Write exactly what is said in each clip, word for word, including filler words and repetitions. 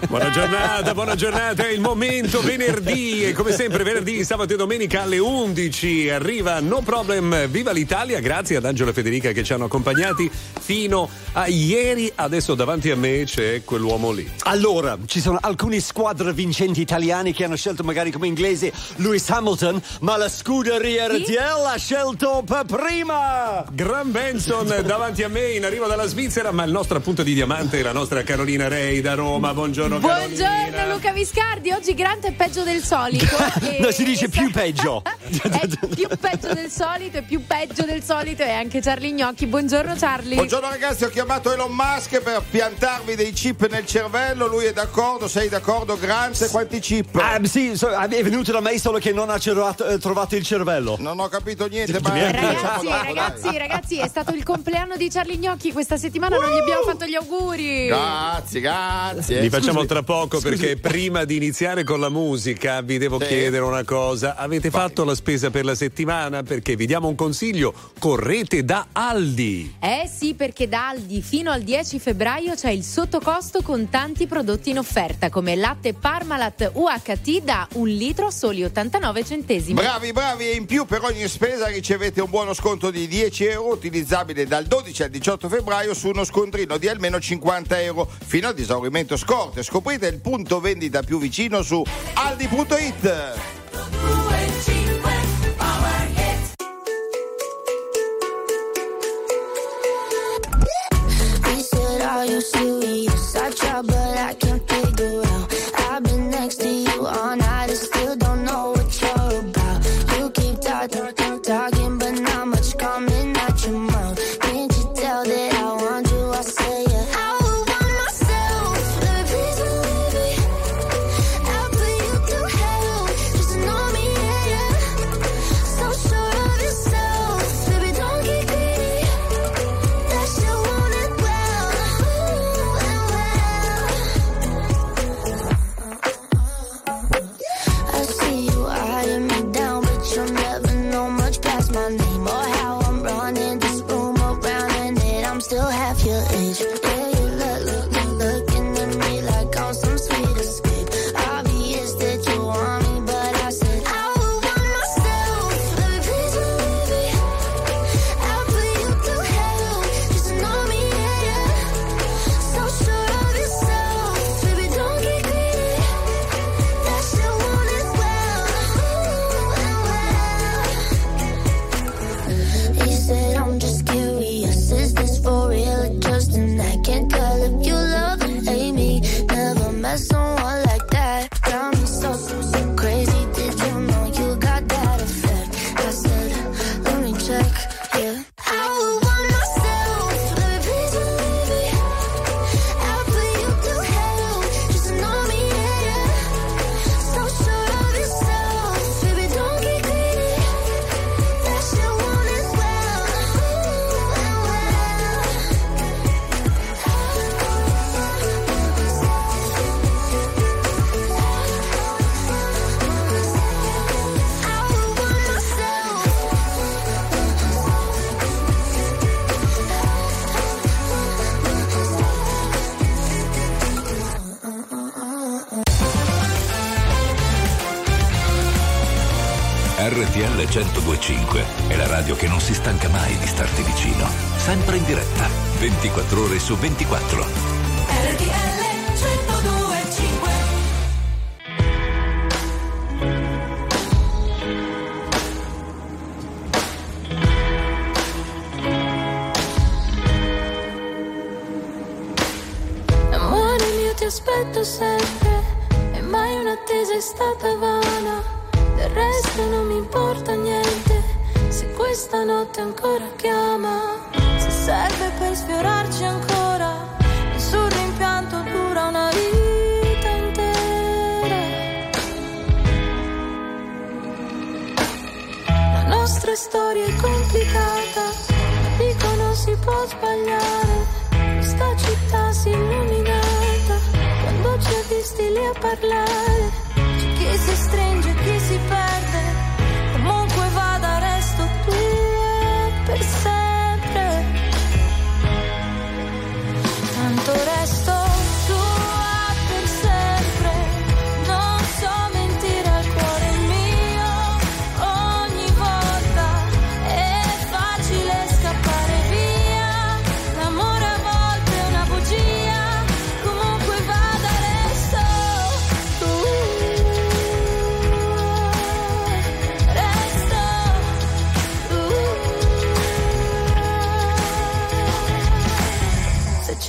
Buona giornata, buona giornata, è il momento venerdì e come sempre venerdì, sabato e domenica alle undici arriva No Problem Viva l'Italia, grazie ad Angelo e Federica che ci hanno accompagnati fino a ieri. Adesso davanti a me c'è quell'uomo lì. Allora, ci sono alcune squadre vincenti italiane che hanno scelto magari come inglese Lewis Hamilton, ma la scuderia R T L ha scelto per prima Graham Benson davanti a me in arrivo dalla Svizzera, ma il nostro appunto di diamante è la nostra Carolina Rei da Roma. Buongiorno Carolina. Buongiorno Luca Viscardi, oggi Grant è peggio del solito. e... No, si dice più peggio. È più peggio del solito e più peggio del solito è anche Charlie Gnocchi. Buongiorno Charlie. Buongiorno ragazzi, ho chiamato Elon Musk per piantarvi dei chip nel cervello, lui è d'accordo, sei d'accordo Grant? Quanti chip? Ah, sì, so, è venuto da me solo che non ha trovato, eh, trovato il cervello. Non ho capito niente, ma ragazzi, ragazzi, ragazzi, è stato il compleanno di Charlie Gnocchi questa settimana, uh! non gli abbiamo fatto gli auguri. Grazie, grazie. Li facciamo tra poco perché prima di iniziare con la musica vi devo sì. chiedere una cosa. Avete Vai. fatto la spesa per la settimana? Perché vi diamo un consiglio, correte da Aldi. Eh sì, perché da Aldi fino al dieci febbraio c'è il sottocosto con tanti prodotti in offerta come latte Parmalat U H T da un litro a soli ottantanove centesimi. Bravi, bravi, e in più per ogni spesa ricevete un buono sconto di dieci euro utilizzabile dal dodici al diciotto febbraio su uno scontrino di almeno cinquanta euro fino ad esaurimento scorte. Scoprite il punto vendita più vicino su aldi punto it. R T L centodue e cinque è la radio che non si stanca mai di starti vicino, sempre in diretta, ventiquattro ore su ventiquattro. R T L centodue e cinque. Amore mio, ti aspetto sempre e mai un'attesa è stata vana. Del resto non mi importa niente se questa notte ancora chiama. Se serve per sfiorarci ancora, nessun rimpianto dura una vita intera. La nostra storia è complicata, ma dicono si può sbagliare. Questa città si è illuminata quando ci ha visti lì a parlare. Chi si stringe, chi si perde, comunque vada resto tua per sempre. Tanto resto tua per sempre.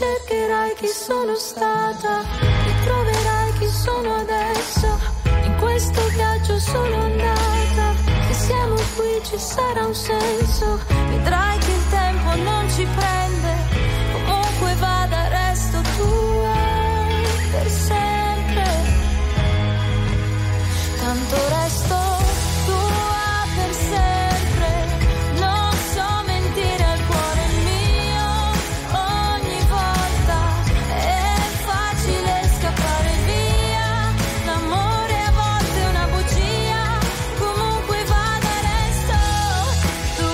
cercherai chi sono stata, ritroverai chi sono adesso. In questo viaggio sono andata, se siamo qui ci sarà un senso. Vedrai che il tempo non ci prende, comunque vada resto tua per sempre. Tanto resto tua per sempre. Non so mentire, al cuore mio ogni volta è facile scappare via. L'amore a volte è una bugia, comunque vada resto tu.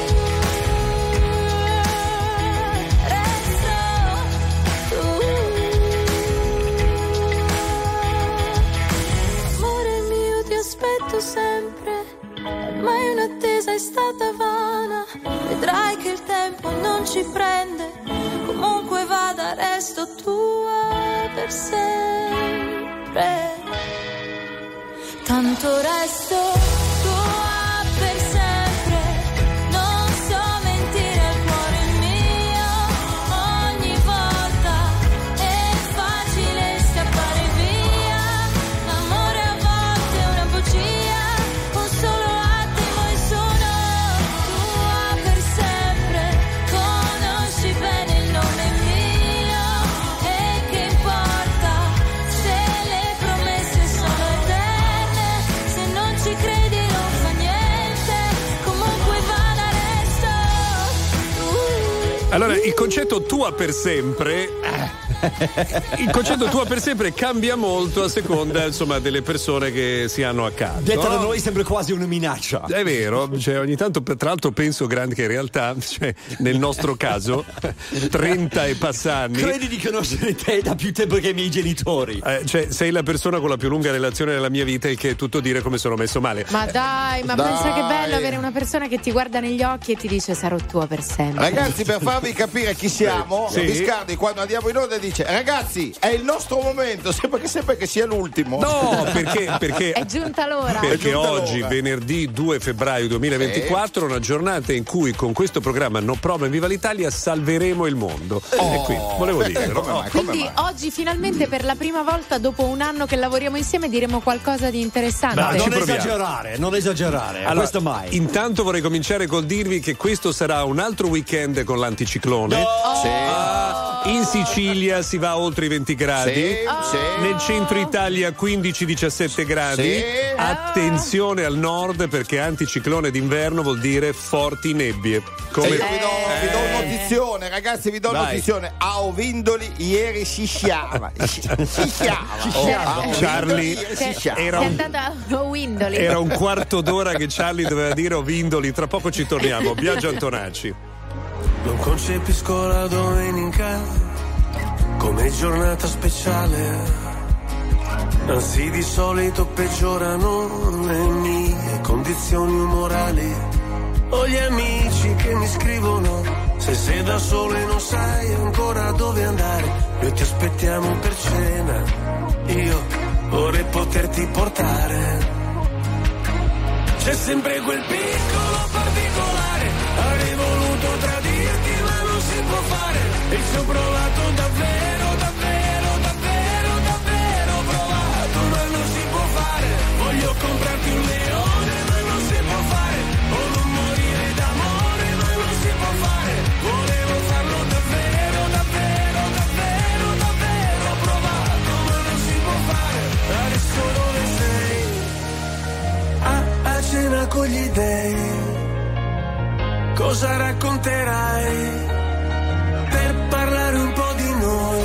Resto tu. Amore mio, ti aspetto sempre, ormai un'attesa è stata vana. Vedrai che il tempo non ci prende, comunque vada resto tua per sempre. Tanto resto tua per sempre. Non so mentire, al cuore mio ogni volta è facile scappare via. L'amore a volte è una bugia, un solo attimo e sono tua per sempre. Conosci bene il nome mio e che importa se le promesse sono eterne. Se non ci credi non fa niente, comunque vada resto tu. Allora, il concetto tua per sempre. Il concetto tua per sempre cambia molto a seconda, insomma, delle persone che si hanno accanto. Detta da no? noi sembra quasi una minaccia. È vero, cioè ogni tanto, tra l'altro penso grande che in realtà, cioè, nel nostro caso, trenta e passanni. Credi di conoscere te da più tempo che i miei genitori. Eh, cioè, sei la persona con la più lunga relazione della mia vita, il che è tutto dire come sono messo male. Ma dai, ma Dai. pensa che bello avere una persona che ti guarda negli occhi e ti dice sarò tua per sempre. Ragazzi, per farvi capire chi siamo, Sì. Biscardi quando andiamo in onda dice: ragazzi, è il nostro momento, sempre che sempre che sia l'ultimo. No, perché, perché È giunta l'ora. Perché È giunta oggi, l'ora. venerdì due febbraio duemilaventiquattro, una giornata in cui con questo programma No Problem Viva l'Italia salveremo il mondo. E qui volevo dire, no? Come mai, come Quindi mai? oggi finalmente per la prima volta dopo un anno che lavoriamo insieme diremo qualcosa di interessante. Dai, non ci proviamo. esagerare, non esagerare. Allora, questo mai. intanto vorrei cominciare col dirvi che questo sarà un altro weekend con l'anticiclone. Sì, In Sicilia si va oltre i venti gradi. sì, sì. Nel centro Italia quindici diciassette gradi. Sì. Attenzione al nord perché anticiclone d'inverno vuol dire forti nebbie. Come... E io vi do, vi do una notizione, ragazzi, vi do una Vai. notizione. A Ovindoli ieri si sciava. Si sciava. sciava. A Ovindoli Charlie, ieri Sei- si sciava. era sei un- andata a Windoli. Era un quarto d'ora che Charlie doveva dire Ovindoli. Tra poco ci torniamo. Biagio Antonacci. Non concepisco la domenica come giornata speciale. Anzi, di solito peggiorano le mie condizioni umorali. Ho gli amici che mi scrivono: se sei da solo e non sai ancora dove andare, noi ti aspettiamo per cena. Io vorrei poterti portare. C'è sempre quel piccolo particolare, avrei voluto tradirti ma non si può fare. E ci ho provato davvero, davvero, davvero, davvero provato, ma non si può fare. Voglio comprarti un leone ma non si può fare. O non morire d'amore ma non si può fare. Volevo farlo davvero, davvero, davvero, davvero provato, ma non si può fare. Adesso dove sei? A, a cena con gli dèi, cosa racconterai per parlare un po' di noi?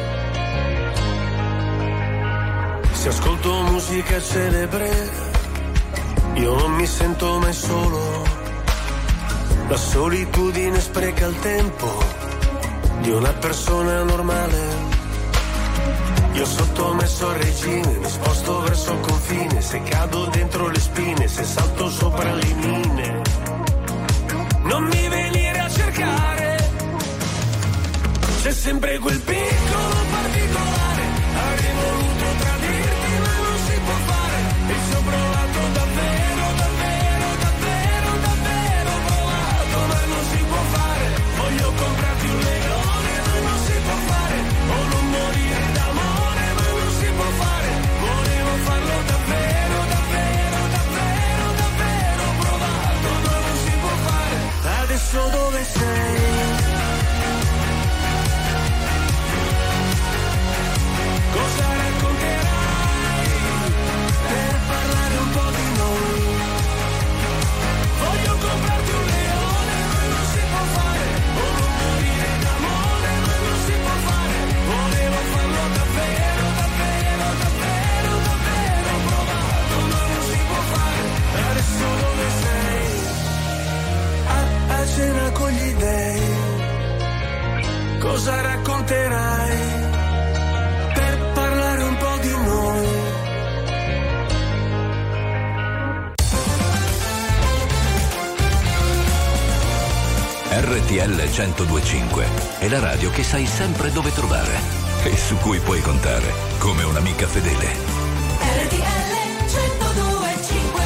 Se ascolto musica celebre, io non mi sento mai solo. La solitudine spreca il tempo di una persona normale. Io sottomesso al regime, mi sposto verso il confine. Se cado dentro le spine, se salto sopra le mine, non mi venire a cercare. C'è sempre quel piccolo particolare, avrei voluto tradirti ma non si può fare. E ci ho provato davvero, davvero, davvero, davvero provato, ma non si può fare. Voglio comprarti un leone ma non si può cena con gli dèi, cosa racconterai per parlare un po' di noi? R T L centodue e cinque è la radio che sai sempre dove trovare e su cui puoi contare come un'amica fedele. R T L centodue e cinque.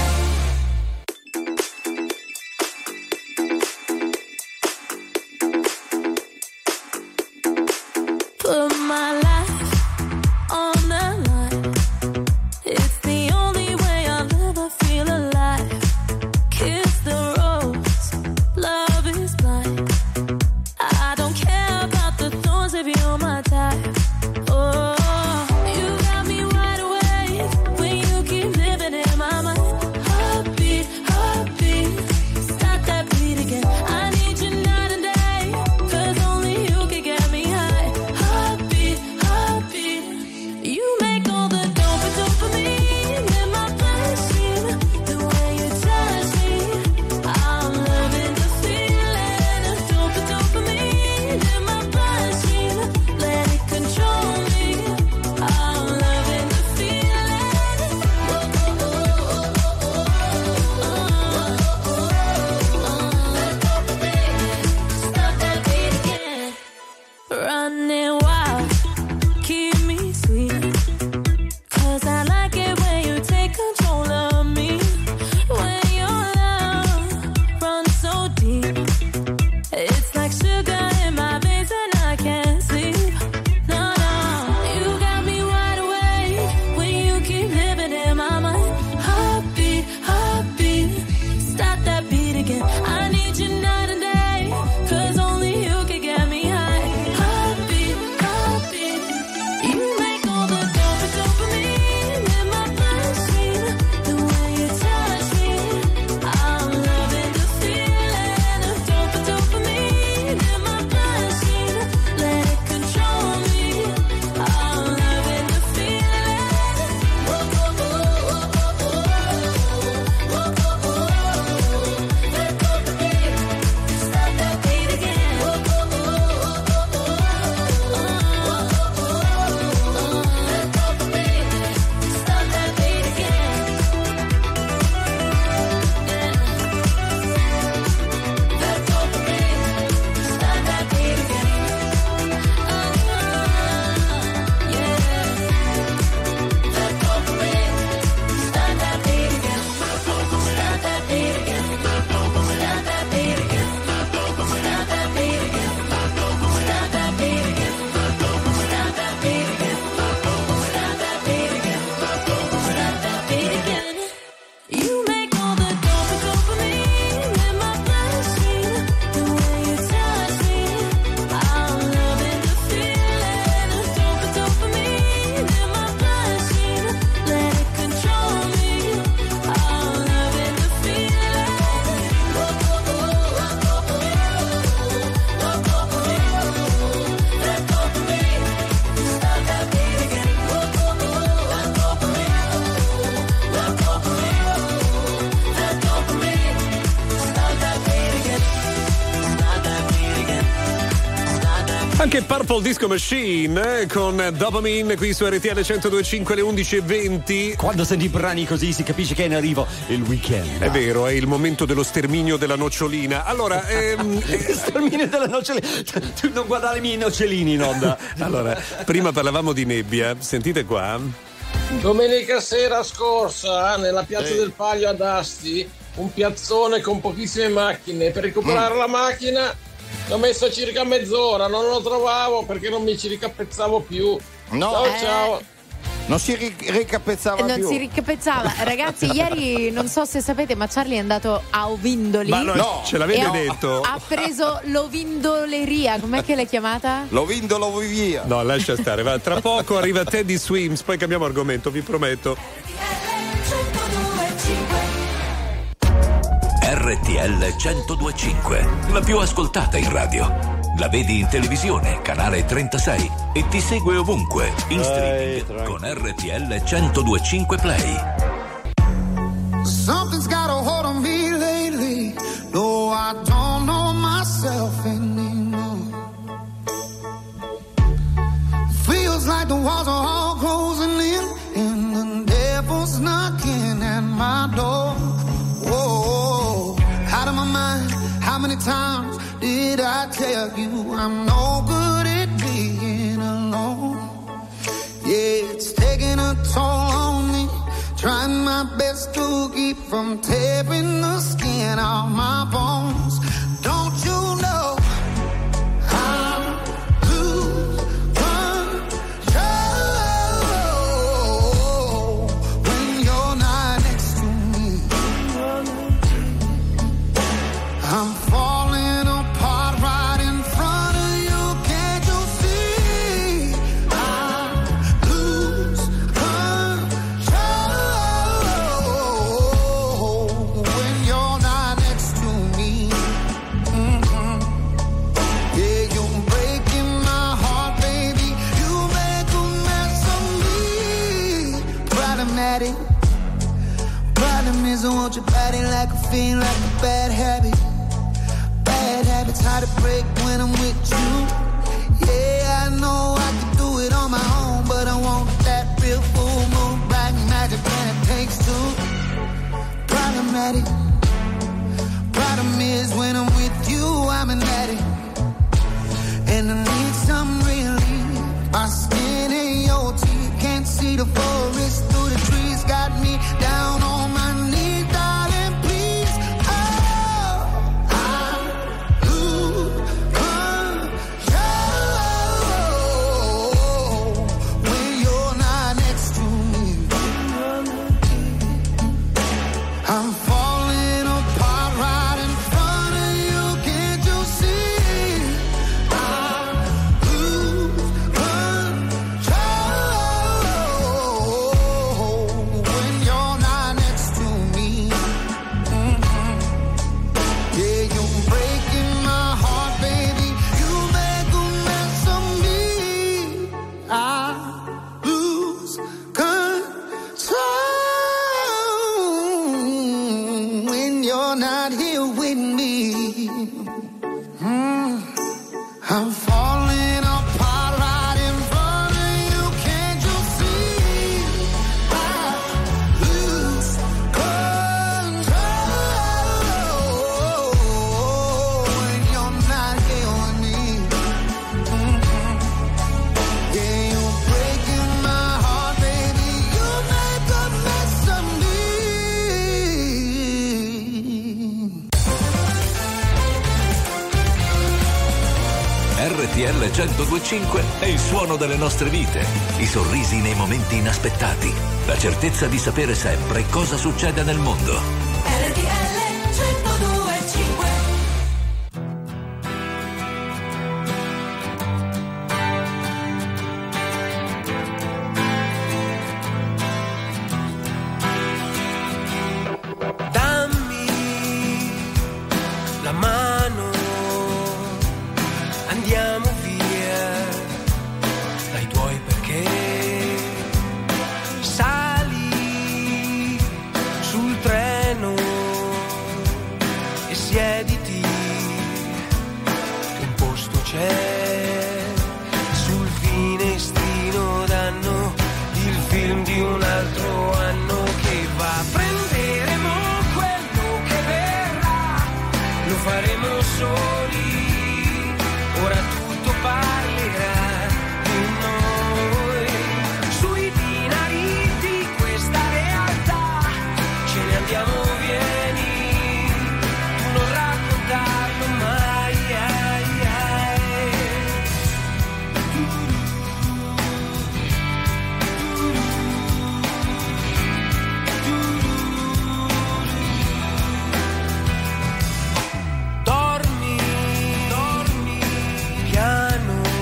Put my life on the line. It's the only way I'll ever feel alive. Kiss the rose, love is blind. I don't care about the thorns if you're my type. Oh, you got me wide awake when you keep living in my mind. Heartbeat, heartbeat, stop that beat again. I need you night and day, 'cause only you can get me high. Heartbeat, heartbeat, you make all the dope dopamine in my bloodstream. The way you touch me, I'm loving the feeling of dope dopamine in my bloodstream. Let it control me. I'm loving the feeling. That dopamine, stop that beat again. Running wild, keep me sweet. 'Cause I like it when you take control of me. When your love runs so deep, it's like sugar in my veins and I can't sleep. No, no, you got me wide awake when you keep living in my mind. Heartbeat, heartbeat, stop that beat again. I need you night and day, 'cause only you can get me high. Heartbeat, heartbeat, you make all the dope dopamine in my bloodstream. The way you touch me, I'm loving the feeling of dope dopamine in my bloodstream. Let it control me. I'm loving the feeling. That dopamine, stop that beat again. That dopamine, stop that beat again. That dopamine, stop that beat again. Yeah. That dopamine, stop that beat again. Stop that beat again. Stop that beat again. Stop that beat again. Stop that beat again. Stop that beat again. Stop that beat again. Stop that beat again. You make all the dope dopamine in my bloodstream. The way you touch me, I'm loving the feeling of dope dopamine in my bloodstream. Let it control me. I'm loving the feeling. That dopamine, stop that beat again. That dopamine, that dopamine, stop that beat again. Stop that beat again. Stop that. Anche Purple Disco Machine eh, con Dopamine qui su R T L centodue e cinque alle undici e venti. Quando senti brani così si capisce che è in arrivo il weekend. È vero, è il momento dello sterminio della nocciolina. Allora, ehm, Sterminio della nocciolina. Tu non guardare i miei nocciolini in onda. allora, prima parlavamo di nebbia, sentite qua. Domenica sera scorsa, nella piazza Sì. del Palio ad Asti, un piazzone con pochissime macchine. Per recuperare la macchina l'ho messo circa mezz'ora, non lo trovavo perché non mi ci ricapezzavo più. No. Ciao Eh. ciao. Non si ri- ricapezzava Non più. si ricapezzava. Ragazzi, ieri non so se sapete, ma Charlie è andato a Ovindoli. Ma no, No. ce l'avete e ha- detto? Ha preso l'ovindoleria, com'è che l'hai chiamata? L'ho vinto, lo vuoi via. No, lascia stare, va. Tra poco arriva Teddy Swims, poi cambiamo argomento, vi prometto. R T L centodue e cinque, la più ascoltata in radio. La vedi in televisione, canale trentasei, e ti segue ovunque, in streaming tranquillo. con R T L centodue e cinque Play. Something's got a hold on me lately. No, I don't know my mind. How many times did I tell you I'm no good at being alone? Yeah, it's taking a toll on me. Trying my best to keep from tearing the skin off my bones. Don't you know I'm lose control when you're not next to me? I'm falling apart right in front of you. Can't you see? I lose control when you're not next to me. Mm-hmm. Yeah, you're breaking my heart, baby. You make a mess of me. Problematic. Problem is I want your body like a fiend, like a bad habit. Bad habits hard to break when I'm with you. Yeah, I know I can do it on my own, but I want that real full moon, black magic, and it takes two. Problematic. Problem is when I'm with you, I'm an addict, and I need some relief. My skin and your teeth, can't see the forest through the trees, got me down on my knees, darling, please. Oh, I lose control when you're not next to me. I'm falling apart right in front of you. Can't you see? I lose control when you're not next to me. Mhm. Yeah, you're breaking my heart, baby. You make a mess of me. I lose control when you're not here with me. Mm. I'm falling apart right in front of you. Can't you see? I lose control when you're not here with me. Mhm. Yeah, you're breaking my heart, baby. You make a mess of me. R T L centodue e cinque è il suono delle nostre vite, i sorrisi nei momenti inaspettati, la certezza di sapere sempre cosa succede nel mondo. R T L centodue e cinque. Dammi la mano, andiamo via dai tuoi perché. Sali sul treno e siediti, che un posto c'è. Sul finestrino danno il film di un altro anno che va. Prenderemo quello che verrà, lo faremo soli, ora tutto parlerà di noi. Sui binari di questa realtà ce ne andiamo, vieni, tu non raccontarlo mai, ai, ai. Dormi, dormi piano,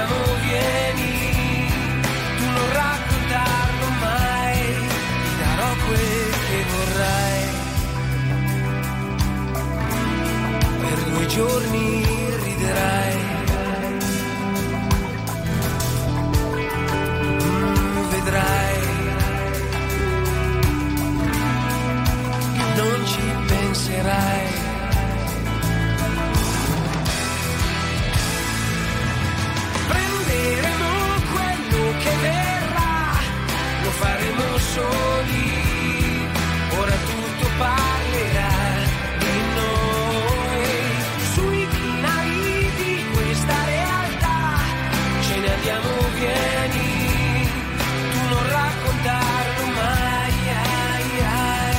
andiamo, vieni, tu non raccontarlo mai, ti darò quel che vorrai. Per due giorni riderai, mm, vedrai, non ci penserai. Prenderemo quello che verrà, lo faremo soli, ora tutto parlerà di noi. Sui binari di questa realtà ce ne andiamo, vieni, tu non raccontarlo mai, ai, ai.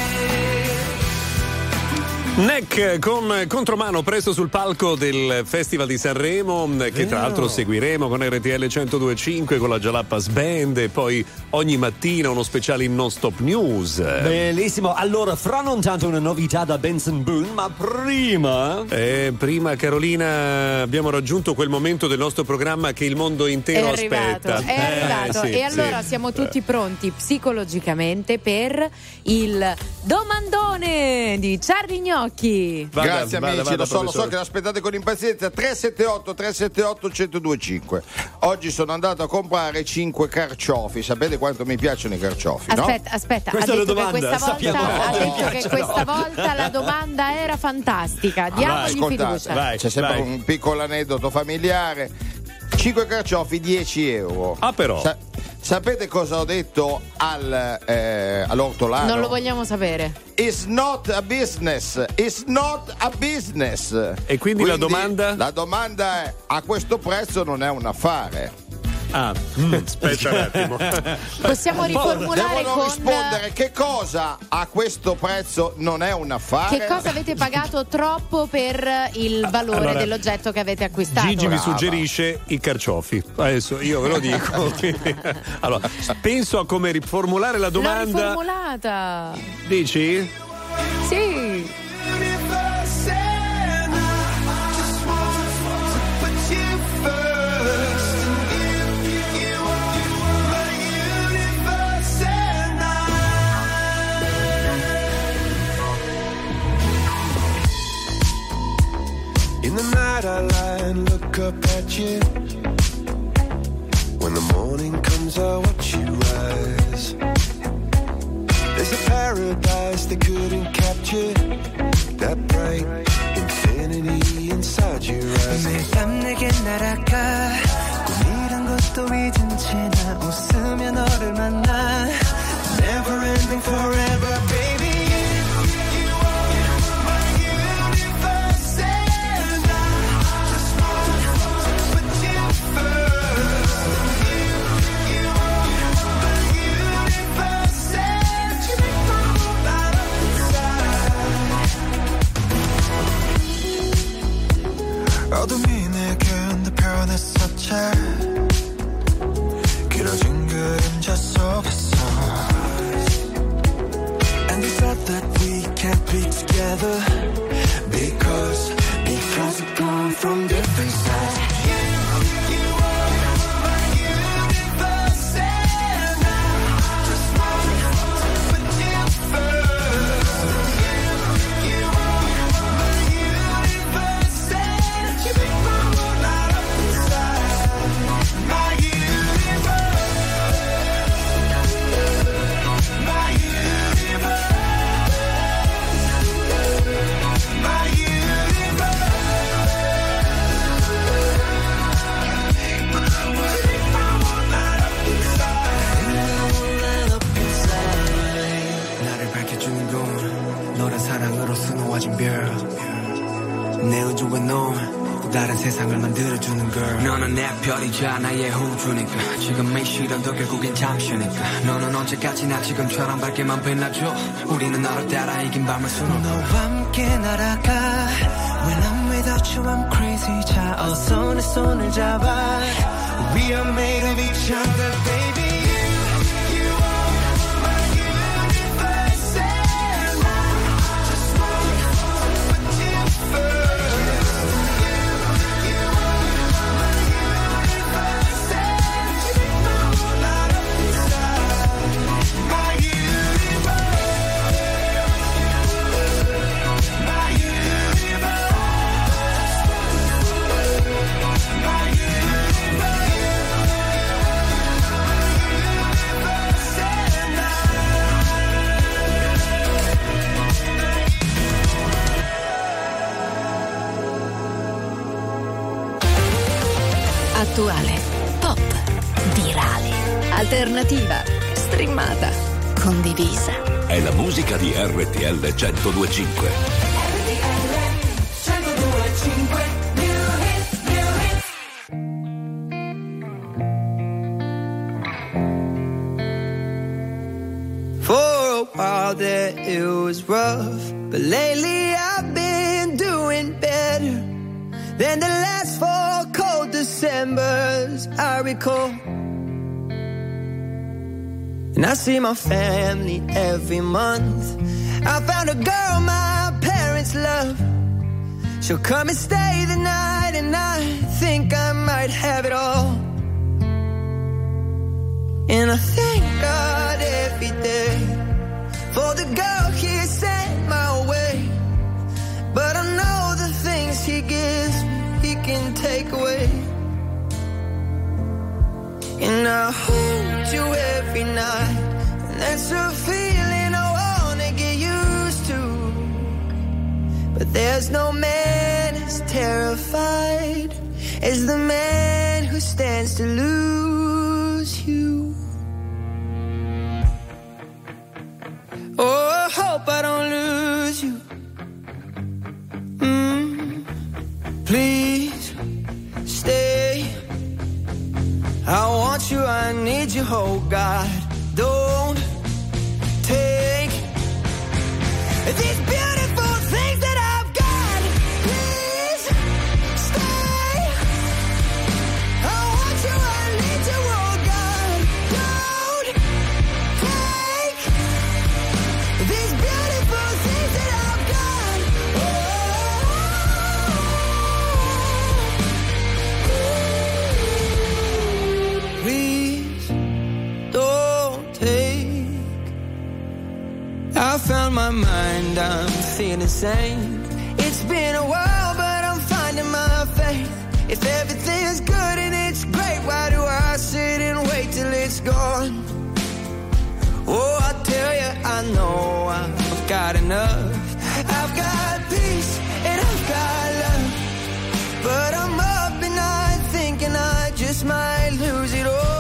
Neck con Contromano presto sul palco del Festival di Sanremo, che tra l'altro seguiremo con R T L centodue e cinque, con la Jalapas Band, e poi ogni mattina uno speciale in Non Stop News. Bellissimo. Allora, fra non tanto una novità da Benson Boone, ma prima Eh, prima, Carolina, abbiamo raggiunto quel momento del nostro programma che il mondo intero È arrivato, aspetta. è arrivato. Eh, sì, e allora sì. siamo tutti pronti psicologicamente per il domandone di Charlie Gnocchi. Vada, Grazie vada, amici, vada, lo so, lo so professore. che l'aspettate con impazienza. Tre sette otto tre sette otto uno zero due cinque. Oggi sono andato a comprare cinque carciofi. Sapete quanto mi piacciono i carciofi, Aspetta, no? aspetta, Questa ha è la detto che domanda, questa sappiamo volta, ha quanto detto mi che piacciono. questa volta la domanda era fantastica. Diamogli Ascoltate, fiducia. vai. c'è sempre un piccolo aneddoto familiare. cinque carciofi, dieci euro. Ah, però. Sa- sapete cosa ho detto al, eh, all'ortolano? Non lo vogliamo sapere. It's not a business, it's not a business. E quindi la domanda? La domanda è: a questo prezzo non è un affare. Ah, aspetta un attimo. Possiamo riformulare Devono con rispondere che cosa a questo prezzo non è un affare. che cosa avete pagato troppo per il valore Allora, dell'oggetto che avete acquistato. Gigi mi Brava. suggerisce i carciofi. Adesso io ve lo dico. quindi- allora, penso a come riformulare la L'ho domanda. riformulata. Dici? Sì. In the night I lie and look up at you. When the morning comes I watch you rise. There's a paradise they couldn't capture. That bright infinity inside your eyes. 매일 밤 내게 날아가 꿈이란 것도 잊은 채 나 웃으며 너를 만나. Never ending forever baby. 어둠이 내겐 더 변했었지 길어진 그림자 속에서 And they said that we can't be together Because, because we've come from different sides 내 우주와 너 다른 세상을 만들어주는 girl 너는 내 별이자 나의 우주니까 지금의 시련도 결국엔 잠시니까 너는 언제까지나 지금처럼 밝게만 빛나줘 우리는 너를 따라 이긴 밤을 수놓고 너와 함께 날아가 When I'm without you I'm crazy 자 어서 내 손을 잡아 We are made of each other baby alternativa, streamata, condivisa. È la musica di R T L centodue e cinque. R T L centodue e cinque. For a while there it was rough, but lately I've been doing better than the last four cold Decembers I recall. And I see my family every month. I found a girl my parents love. She'll come and stay the night, and I think I might have it all. And I thank God every day for the girl He sent my way. But I know the things He gives me, He can take away. And I hold you every night, and that's a feeling I wanna get used to. But there's no man as terrified as the man who stands to lose you. Oh, I hope I don't lose you. Mm, please stay. I want you, I need you, oh God. Don't take these beautiful things that I've got. Please stay. I want you, I need you, oh God. Don't take these beautiful things that I've got. Oh, please don't take. I found my mind, I'm feeling sane. It's been a while, but I'm finding my faith. If everything's good and it's great, why do I sit and wait till it's gone? Oh, I tell you, I know I've got enough. I've got peace and I've got love. But I'm up and I'm thinking I just might lose it all.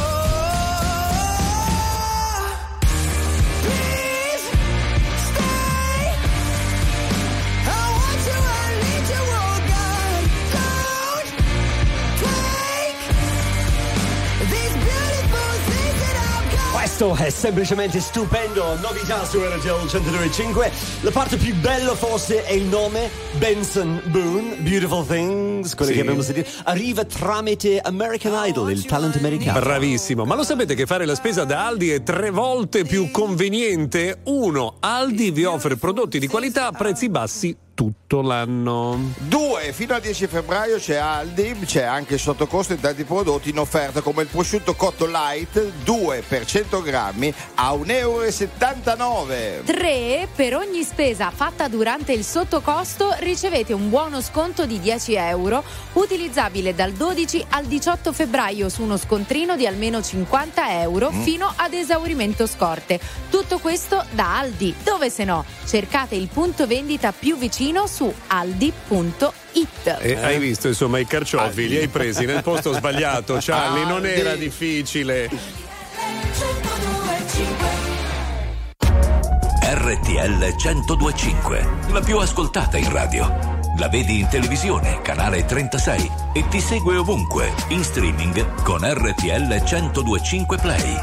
Please stay. I want you, I need you, oh God. Don't take these beautiful things that I've got. Questo è semplicemente stupendo, novità su R T L centodue e cinque. La parte più bella forse è il nome, Benson Boone, Beautiful Things, quello Sì. che abbiamo sentito, arriva tramite American Idol, il talent americano. Bravissimo, ma lo sapete che fare la spesa da Aldi è tre volte più conveniente? Uno, Aldi vi offre prodotti di qualità a prezzi bassi tutto l'anno. Due, fino al dieci febbraio c'è Aldi, c'è anche il sottocosto in tanti prodotti in offerta come il prosciutto cotto light, due per cento grammi a un euro e settantanove. tre. Per ogni spesa fatta durante il sottocosto ricevete un buono sconto di dieci euro utilizzabile dal dodici al diciotto febbraio su uno scontrino di almeno cinquanta euro Mm. fino ad esaurimento scorte. Tutto questo da Aldi, dove se no cercate il punto vendita più vicino su aldi punto it. E hai visto, insomma, i carciofi li hai presi nel posto sbagliato, Charlie, non Aldi. era difficile. R T L centodue e cinque, la più ascoltata in radio. La vedi in televisione, canale trentasei, e ti segue ovunque, in streaming con R T L centodue e cinque Play.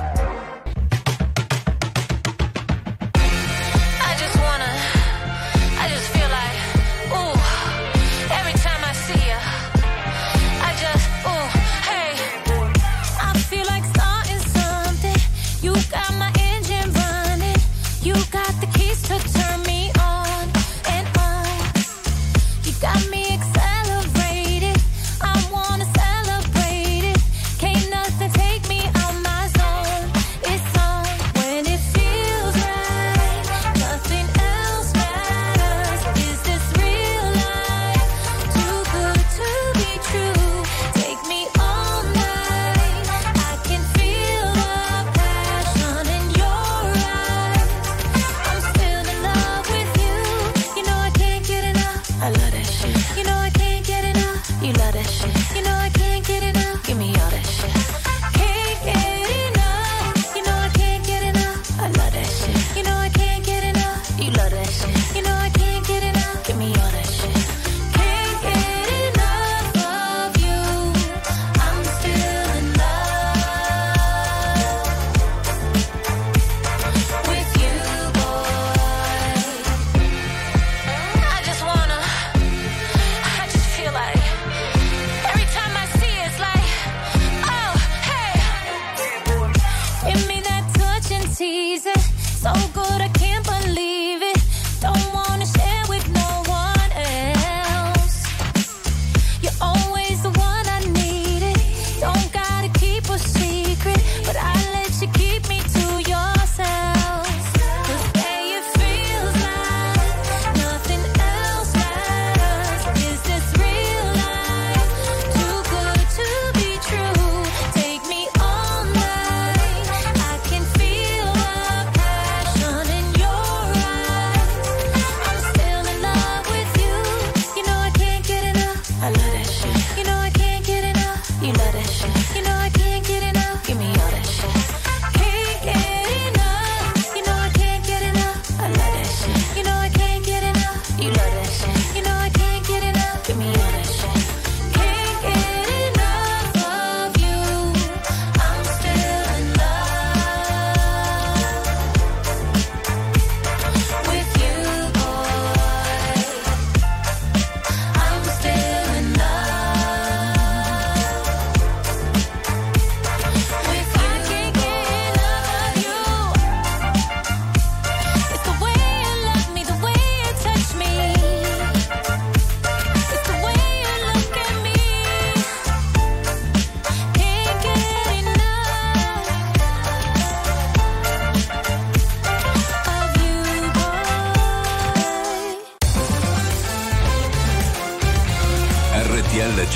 I just wanna, I just feel like, ooh, every time I see you, I just, ooh, hey, I feel like starting something. You got my engine running, you got the keys to turn me on and on. You got me accelerated, I wanna celebrate it. Can't nothing take me out my zone.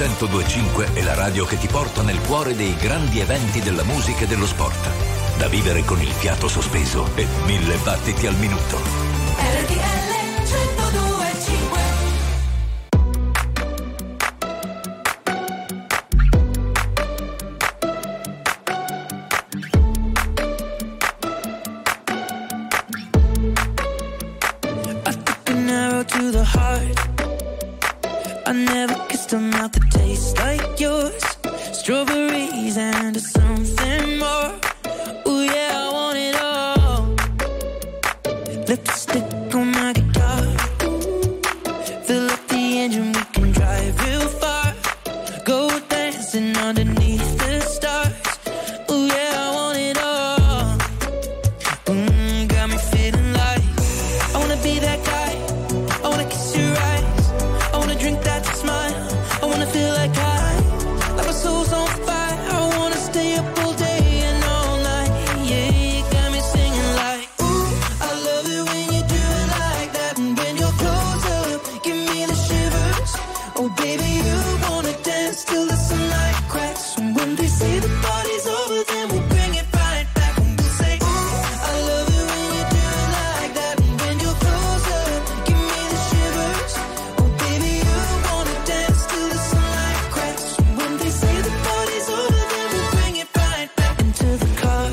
centodue e cinque è la radio che ti porta nel cuore dei grandi eventi della musica e dello sport. Da vivere con il fiato sospeso e mille battiti al minuto. R T L centodue e cinque. To the heart, I never kissed a mouth that tastes like yours. Strawberries and something more. Ooh yeah, I want it all. Lipstick on my guitar. Fill up the engine, we can drive real far. Go dancing underneath the stars. Ooh yeah, I want it all. Mm, got me feeling like I wanna be that guy. I wanna kiss your eyes. I wanna drink that smile. I wanna feel like I, like my soul's on fire. I wanna stay up all day and all night. Yeah, you got me singing like, ooh, I love it when you do it like that. And when you're close up, give me the shivers. Oh baby, you wanna dance till the sunlight cracks. And when they say the party's over, then we'll bring it right back. And we'll say, ooh, I love it when you do it like that. And when you're close up, give me the shivers. Oh baby, you wanna dance till the sunlight cracks. And when they say the party's over, then we'll bring it right back into the car.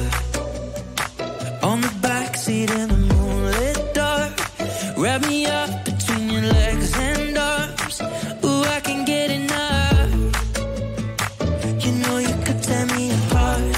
On the backseat in the moonlit dark. Wrap me up between your legs and arms. Ooh, I can get enough. You know you could tear me apart.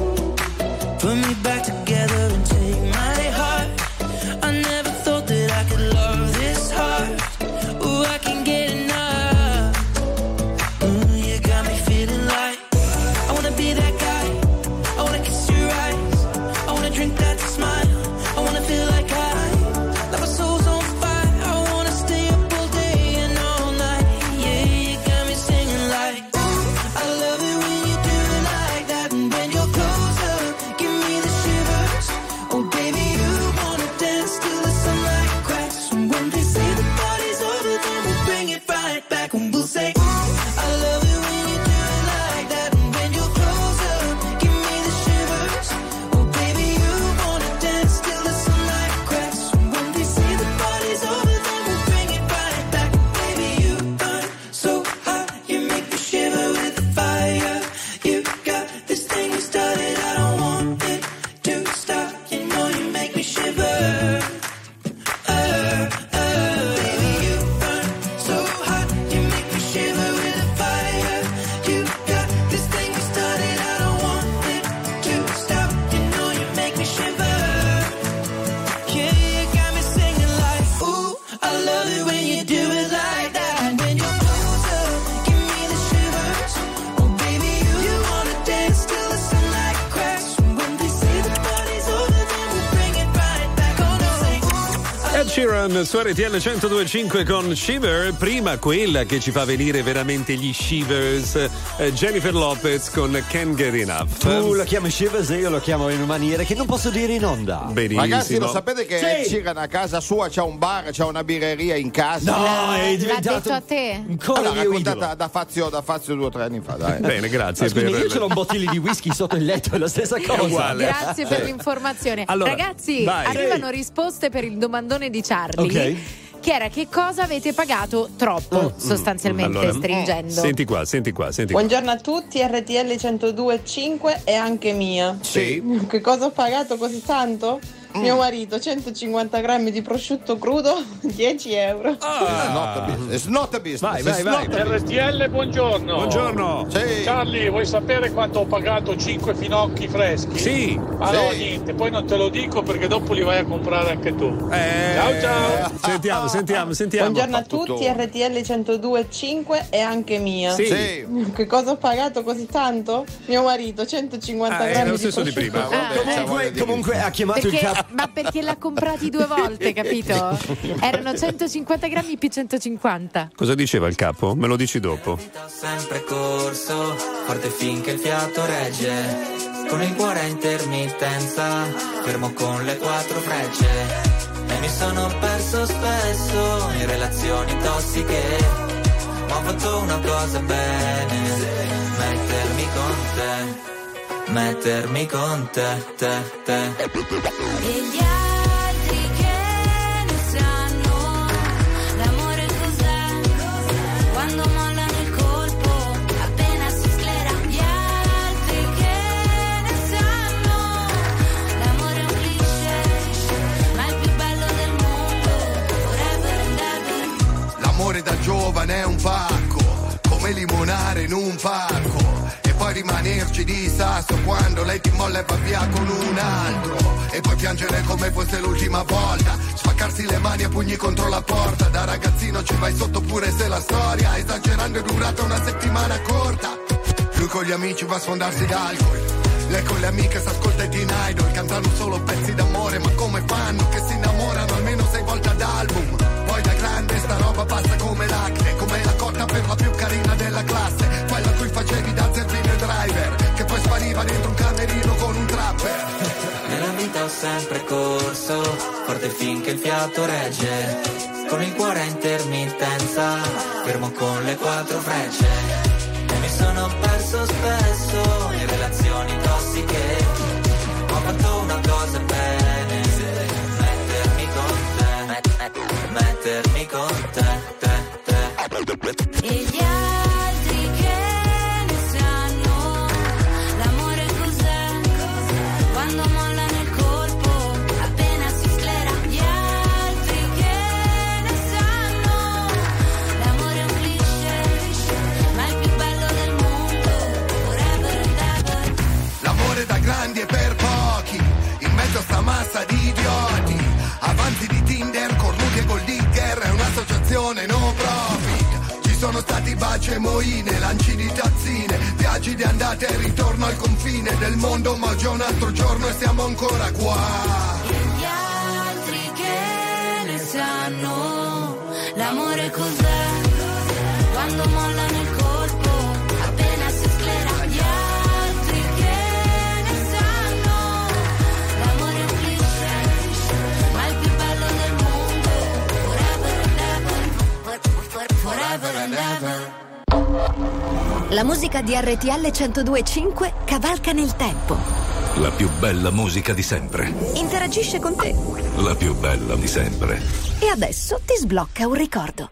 Put me back together and take my heart. I never thought that I could love this hard. Ooh, I can get enough. Ooh, you got me feeling like I wanna be that guy. I wanna kiss your eyes. I wanna drink that smile. I wanna feel like I, like my soul's on fire. I wanna stay up all day and all night. Yeah, you got me singing like, ooh, I love it when you do it like that. And when you're close up, give me the shivers. Oh baby, you wanna dance till the sunlight cracks. And when they say the party's over, then we'll bring it right back. And we'll say, ooh, I love it when you do it like that. And when you're close up, give me the shivers. Oh baby, you wanna dance till the sunlight cracks. And when they say the party's over, then we'll bring it right back. Baby, you burn so hot, you make me shiver with the fire. You got this thing you started, I don't want it to stop. You know you make me shiver. Uh, uh, baby, you burn so hot, you make me shiver with the fire. You got this thing you started, I don't want it to stop. You know you make me shiver. Yeah, you got me singing like, ooh, I love it when you do it like that. And when you're close up, give me the shivers. Oh baby, you, you wanna dance till the sunlight cracks. And when they say the party's over, then we'll bring it right back. Oh no, say, ooh, I Ed Sheeran su R T L centodue e cinque con Shiver, prima quella che ci fa venire veramente gli shivers, eh, Jennifer Lopez con Can't Get Enough. Tu lo chiami Shivers e io lo chiamo in maniera che non posso dire in onda. Benissimo. Ragazzi, lo sapete che Sì. Ed Sheeran a casa sua c'ha un bar, c'ha una birreria in casa? No, L'ha- è l'ha diventato detto a te? ancora L'ha mio raccontata idolo. da Fazio, da Fazio due o tre anni fa, dai. Bene, grazie. Ma scusi, per- io ce l'ho un bottiglio di whisky sotto il letto, è la stessa cosa. uguale. Grazie per l'informazione. Allora, Ragazzi, vai. arrivano risposte per il domandone di Charlie. Ok. Che era che cosa avete pagato troppo, sostanzialmente, Allora, stringendo. Senti qua, senti qua, senti qua. Buongiorno a tutti, R T L centodue e cinque e anche mia. Sì. Che cosa ho pagato così tanto? Mio marito, centocinquanta grammi di prosciutto crudo, dieci euro. It's not a business. It's not a business. Vai, vai, It's vai. not a R T L, buongiorno. Buongiorno. Sì. Charlie, vuoi sapere quanto ho pagato cinque finocchi freschi? Sì. Allora Sì. niente, poi non te lo dico perché dopo li vai a comprare anche tu. Eh, Ciao, ciao. Sentiamo, sentiamo, sentiamo. Buongiorno a tutto. tutti, R T L centodue e cinque e anche mia. Sì. Sì. Che cosa ho pagato così tanto? Mio marito, centocinquanta Ah, è grammi lo di stesso di prosciutto. prima. Ah, vabbè, c'ha voglia Comunque, di- comunque ha chiamato il Perché, capo. ma perché l'ha comprati due volte, capito? Erano centocinquanta grammi più centocinquanta. Cosa diceva il capo? Me lo dici dopo. Ho sempre corso, forte finché il fiato regge, con il cuore a intermittenza, fermo con le quattro frecce, e mi sono perso spesso in relazioni tossiche, ma ho fatto una cosa bene, mettermi con te, mettermi con te, te, te. E gli altri che ne sanno, l'amore cos'è, quando mollano il colpo, appena si sclera. Gli altri che ne sanno, l'amore è un cliché, ma il più bello del mondo, forever and ever. L'amore da giovane è un pacco, come limonare in un parco, e poi rimanerci di sasso quando lei ti molla e va via con un altro, e poi piangere come fosse l'ultima volta, spaccarsi le mani a pugni contro la porta. Da ragazzino ci vai sotto pure se la storia, esagerando, è durata una settimana corta. Lui con gli amici va a sfondarsi d'alcol, lei con le amiche s'ascolta i Teen Idol, cantano solo pezzi d'amore, ma come fanno che si innamorano almeno sei volte ad album. Poi da grande sta roba passa come l'acne, come la cotta per la più carina della classe, quella a cui facevi da zerbino e driver, che poi spariva dentro un camerino con un trapper. Nella vita ho sempre corso, forte finché il fiato regge, con il cuore a intermittenza, fermo con le quattro frecce, e mi sono perso spesso in relazioni tossiche, ho fatto una cosa bene, mettermi con te, mettermi con te, te, te. E gli altri che ne sanno, l'amore cos'è, quando mollano il colpo, appena si sclera. Gli altri che ne sanno, l'amore è un cliché, ma il più bello del mondo, forever and ever. L'amore da grandi e per pochi, in mezzo a sta massa di idioti, avanti di Tinder, cornuti e gold digger, è un'associazione no profit. Ci sono stati baci e moine, lanci di tazzine, viaggi di andata e ritorno al confine del mondo, ma oggi è un altro giorno e siamo ancora qua. E gli altri che ne sanno, l'amore cos'è, quando mollano il colpo, appena si sclera. Gli altri che ne sanno, l'amore è un cliché, ma il più bello del mondo, forever and ever, forever and ever. La musica di R T L centodue e cinque cavalca nel tempo. La più bella musica di sempre. Interagisce con te. La più bella di sempre. E adesso ti sblocca un ricordo.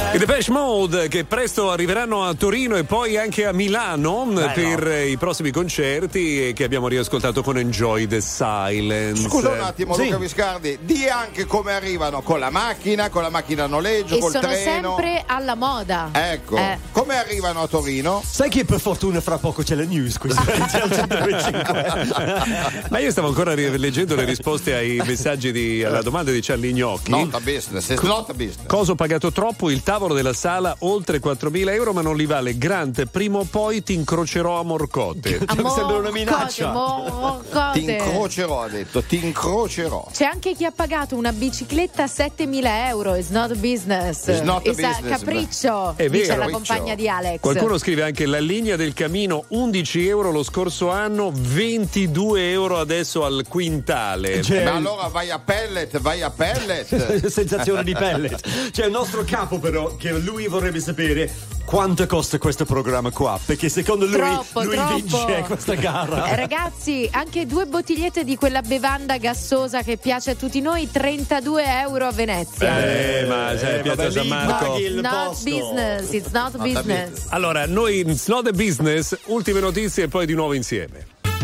I Depeche Mode che presto arriveranno a Torino e poi anche a Milano Bello. per i prossimi concerti che abbiamo riascoltato con Enjoy the Silence. Scusa un attimo, Sì. Luca Viscardi, di anche come arrivano con la macchina, con la macchina a noleggio, E col sono treno. sempre alla moda. Ecco, Eh. come arrivano a Torino? Sai che per fortuna fra poco c'è la news questa Ma io stavo ancora rileggendo le risposte ai messaggi di, alla domanda di Charlie Gnocchi. Not a business, it's not a business. Cosa ho pagato troppo? Il tavolo della sala oltre quattromila euro, ma non li vale. Grant, prima o poi ti incrocerò a morcotte. Amo- sembra una minaccia. Cose, mo- cose. Ti incrocerò, ha detto, ti incrocerò. C'è anche chi ha pagato una bicicletta a settemila euro. It's not a business. It's not a It's a business. capriccio. È dice vero. la compagna di Alex. Qualcuno scrive anche la linea del camino undici euro lo scorso anno, ventidue euro adesso al quintale. C'è Ma allora vai a pellet, vai a pellet. sensazione di pellet. C'è il nostro capo però che lui vorrebbe sapere quanto costa questo programma qua, perché secondo lui Troppo, lui troppo. vince questa gara. Eh, ragazzi, anche due bottigliette di quella bevanda gassosa che piace a tutti noi, trentadue euro a Venezia. Eh, ma sai, Eh, Piazza vabbè, San lì Marco. paghi il Not posto. business, it's not Not a business. business. Allora, noi It's Not a Business, ultime notizie e poi di nuovo insieme.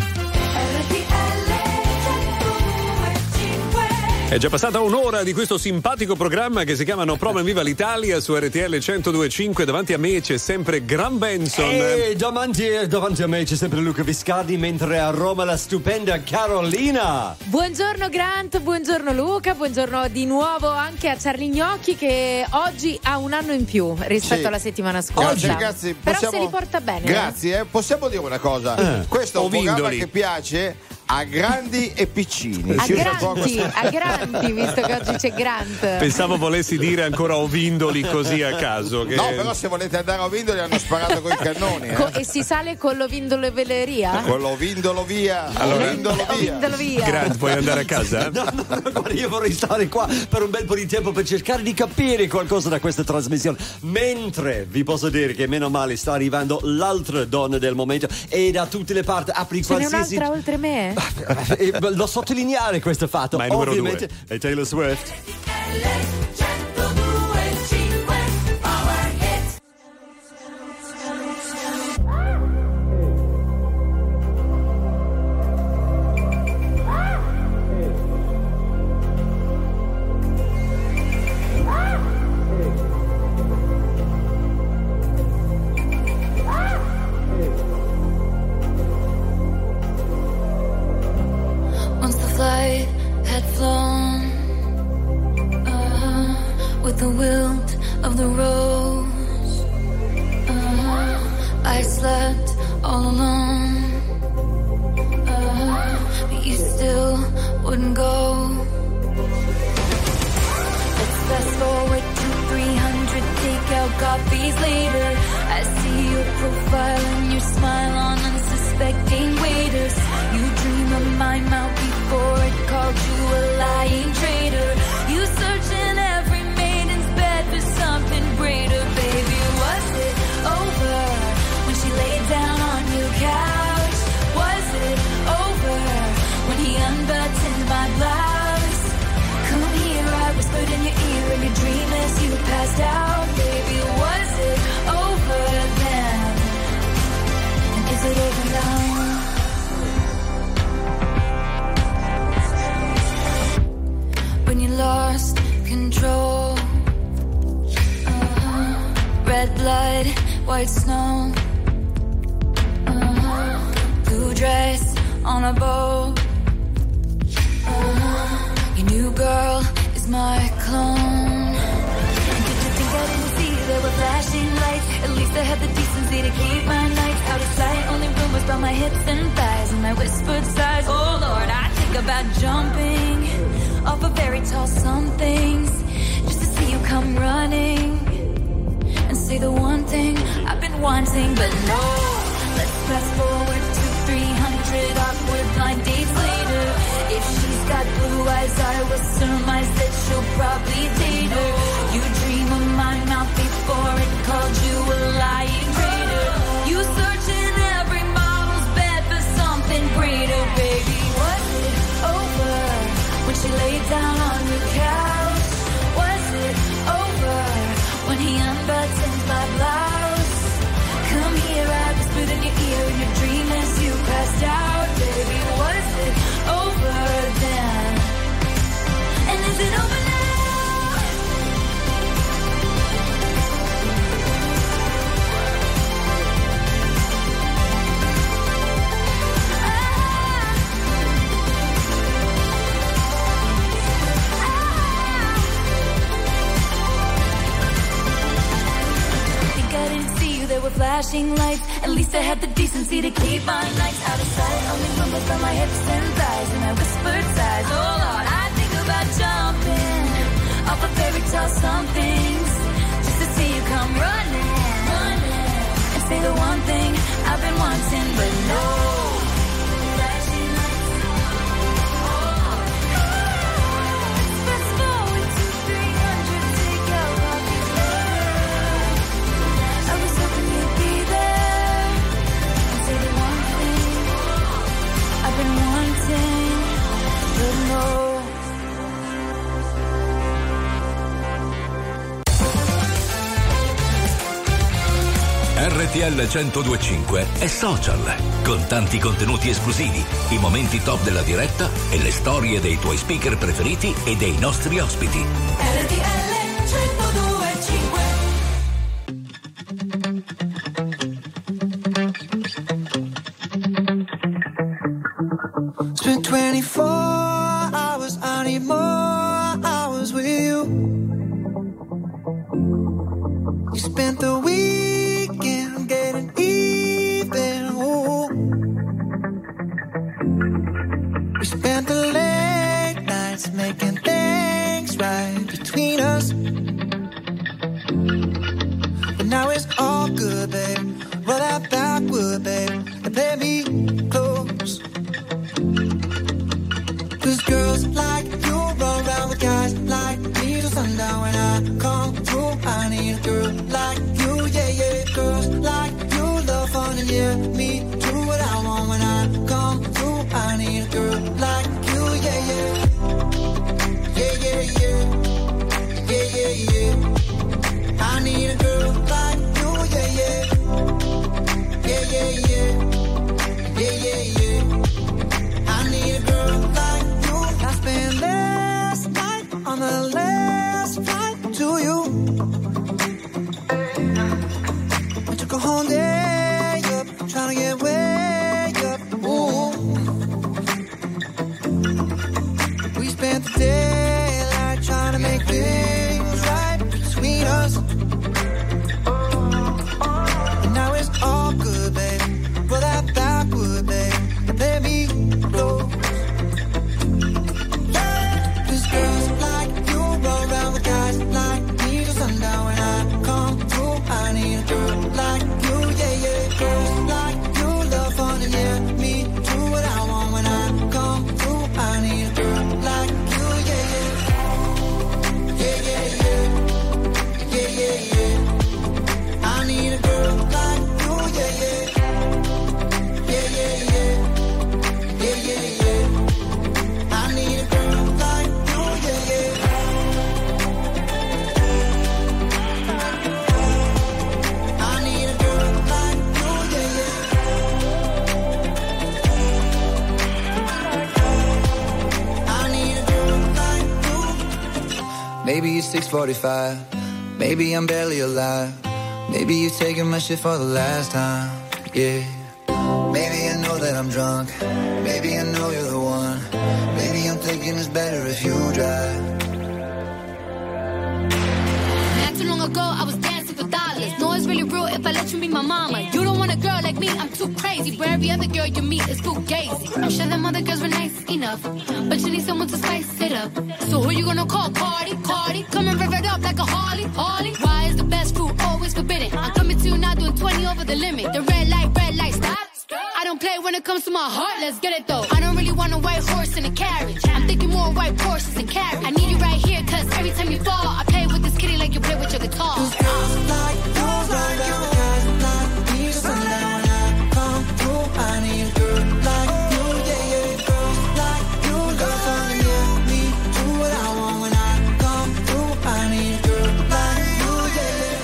È già passata un'ora di questo simpatico programma che si chiama No Problem Viva l'Italia su R T L centodue e cinque. Davanti a me c'è sempre Gran Benson. E davanti, davanti a me c'è sempre Luca Viscardi, mentre a Roma la stupenda Carolina. Buongiorno Grant, buongiorno Luca, buongiorno di nuovo anche a Charlie Gnocchi che oggi ha un anno in più rispetto Sì. alla settimana scorsa. Grazie, ragazzi, Però possiamo- se li porta bene. Grazie, eh. Possiamo dire una cosa? Eh. Questo è un programma Ovindoli. che piace a grandi e piccini. A Ci usa poco- Granti, a Granti, visto che oggi c'è Grant. Pensavo volessi dire ancora ovindoli così a caso. Che... No, però se volete andare a Ovindoli hanno sparato con i cannoni. Eh. Co- e si sale con l'ovindolo e veleria? Con l'Ovindolo via. Allora- Ovindolo via. Ovindolo via. Grant, puoi andare a casa? No, no, no, guarda, io vorrei stare qua per un bel po' di tempo per cercare di capire qualcosa da questa trasmissione. Mentre vi posso dire che meno male sta arrivando l'altra donna del momento e da tutte le parti apri Ce n'è qualsiasi. un'altra oltre me? E lo sottolineare questo fatto. Ma è numero ovviamente è Taylor Swift. Once the flight had flown, uh, with the wilt of the rose, uh, I slept all alone, uh, but you still wouldn't go. Let's fast forward to three hundred takeout copies later. I see your profile and your smile on unsuspecting waiters. You dream of my mouth before it called you a lying traitor. You search in every maiden's bed for something greater, baby. Was it over when she laid down on your couch? Was it over when he unbuttoned my blouse? Come here, I whispered in your ear in your dream as you passed out, baby. Was it over then? And is it over now? When you lost control, uh-huh. Red blood, white snow, uh-huh. Blue dress on a boat, uh-huh. Your new girl is my clone. And did you think I didn't see there were flashing lights? At least I had the decency to keep my nights out of sight. Only rumors about my hips and thighs and my whispered sighs. Oh Lord, I think about jumping off a very tall somethings just to see you come running and say the one thing I've been wanting. But no, let's fast forward to three hundred awkward blind dates later. If she's got blue eyes, I will surmise that she'll probably date her. You dream of my mouth before it called you a lying traitor. You search in every model's bed for something greater, baby. Was it over when she laid down on your couch? Was it over when He unbuttons my blouse. Come here, I whispered in your ear in your dream as you passed out. Baby, was it over then? And is it over now? I didn't see you, there were flashing lights. At least I had the decency to keep my nights out of sight. Only rumbles on my hips and thighs, and I whispered sighs. Oh Lord, I think about jumping off a fairy tale somethings, just to see you come running, running, and say the one thing I've been wanting, but no. R T L centodue e cinque è social, con tanti contenuti esclusivi, i momenti top della diretta e le storie dei tuoi speaker preferiti e dei nostri ospiti. R T L centodue e cinque. Spent twenty-four hours, I need more hours with you. You spent the weekend getting even, ooh. We spent the late nights making things right between us. But now it's all good, babe. Roll that backward, babe, and play me close. Cause girls like you run around with guys like me till sundown. When I come through, I need a girl like you, yeah, yeah. Girls like you love fun and yeah, me do what I want. When I come through, I need a girl like you, yeah, yeah. Yeah, yeah, yeah. Yeah, yeah, yeah. I need a girl like you, yeah, yeah. Yeah, yeah, yeah. Yeah, yeah, yeah. I need a girl like you. I spent last night on the last flight to you. I took a whole day up, trying to get way up. Ooh. We spent the daylight trying to make things right between us. And now it's all good, babe. Roll that backward, babe, and play me close. Cause girls like you roll around with guys like me till sundown. When I come through, I need a girl like you, yeah, yeah. Girls like you love fun and yeah, me do what I want. When I come through, I need a girl like you, yeah, yeah. Yeah, yeah, yeah. Yeah, yeah, yeah. I need a girl like you, yeah, yeah. Yeah, yeah, yeah. Yeah, yeah, yeah. I need a girl like you, yeah, yeah. I need a girl like you, yeah, yeah. I need a girl like you. Maybe it's six forty-five. Maybe I'm barely alive. Maybe you're taking my shit for the last time. Yeah. Maybe I know that I'm drunk. Maybe I know you're the one. Maybe I'm thinking it's better if you drive. Not too long ago, I was dancing for dollars. No, it's really real if I let you be my mama. You don't want a girl like me, I'm too crazy. Where every other girl you meet is fugazi. I'm sure them other girls were nice enough, but you need someone to spice it up. So who you gonna call? Cardi, Cardi. Come and rev it up like a Harley, Harley. Why is the best fruit always forbidden? I'm coming to you now doing twenty over the limit. The red light, red light, stop. I don't play when it comes to my heart, let's get it though. I don't really want a white horse in a carriage. I'm thinking more white horses and carriage. I need you right here, cause every time you fall, I play with this kitty like you play with your guitar. Cause girls like you run around with guys like me till sundown. When I come through, I need a girl like you, yeah, yeah. Girls like you love fun and yeah, me do what I want. When I come through, I need a girl like you, yeah, yeah.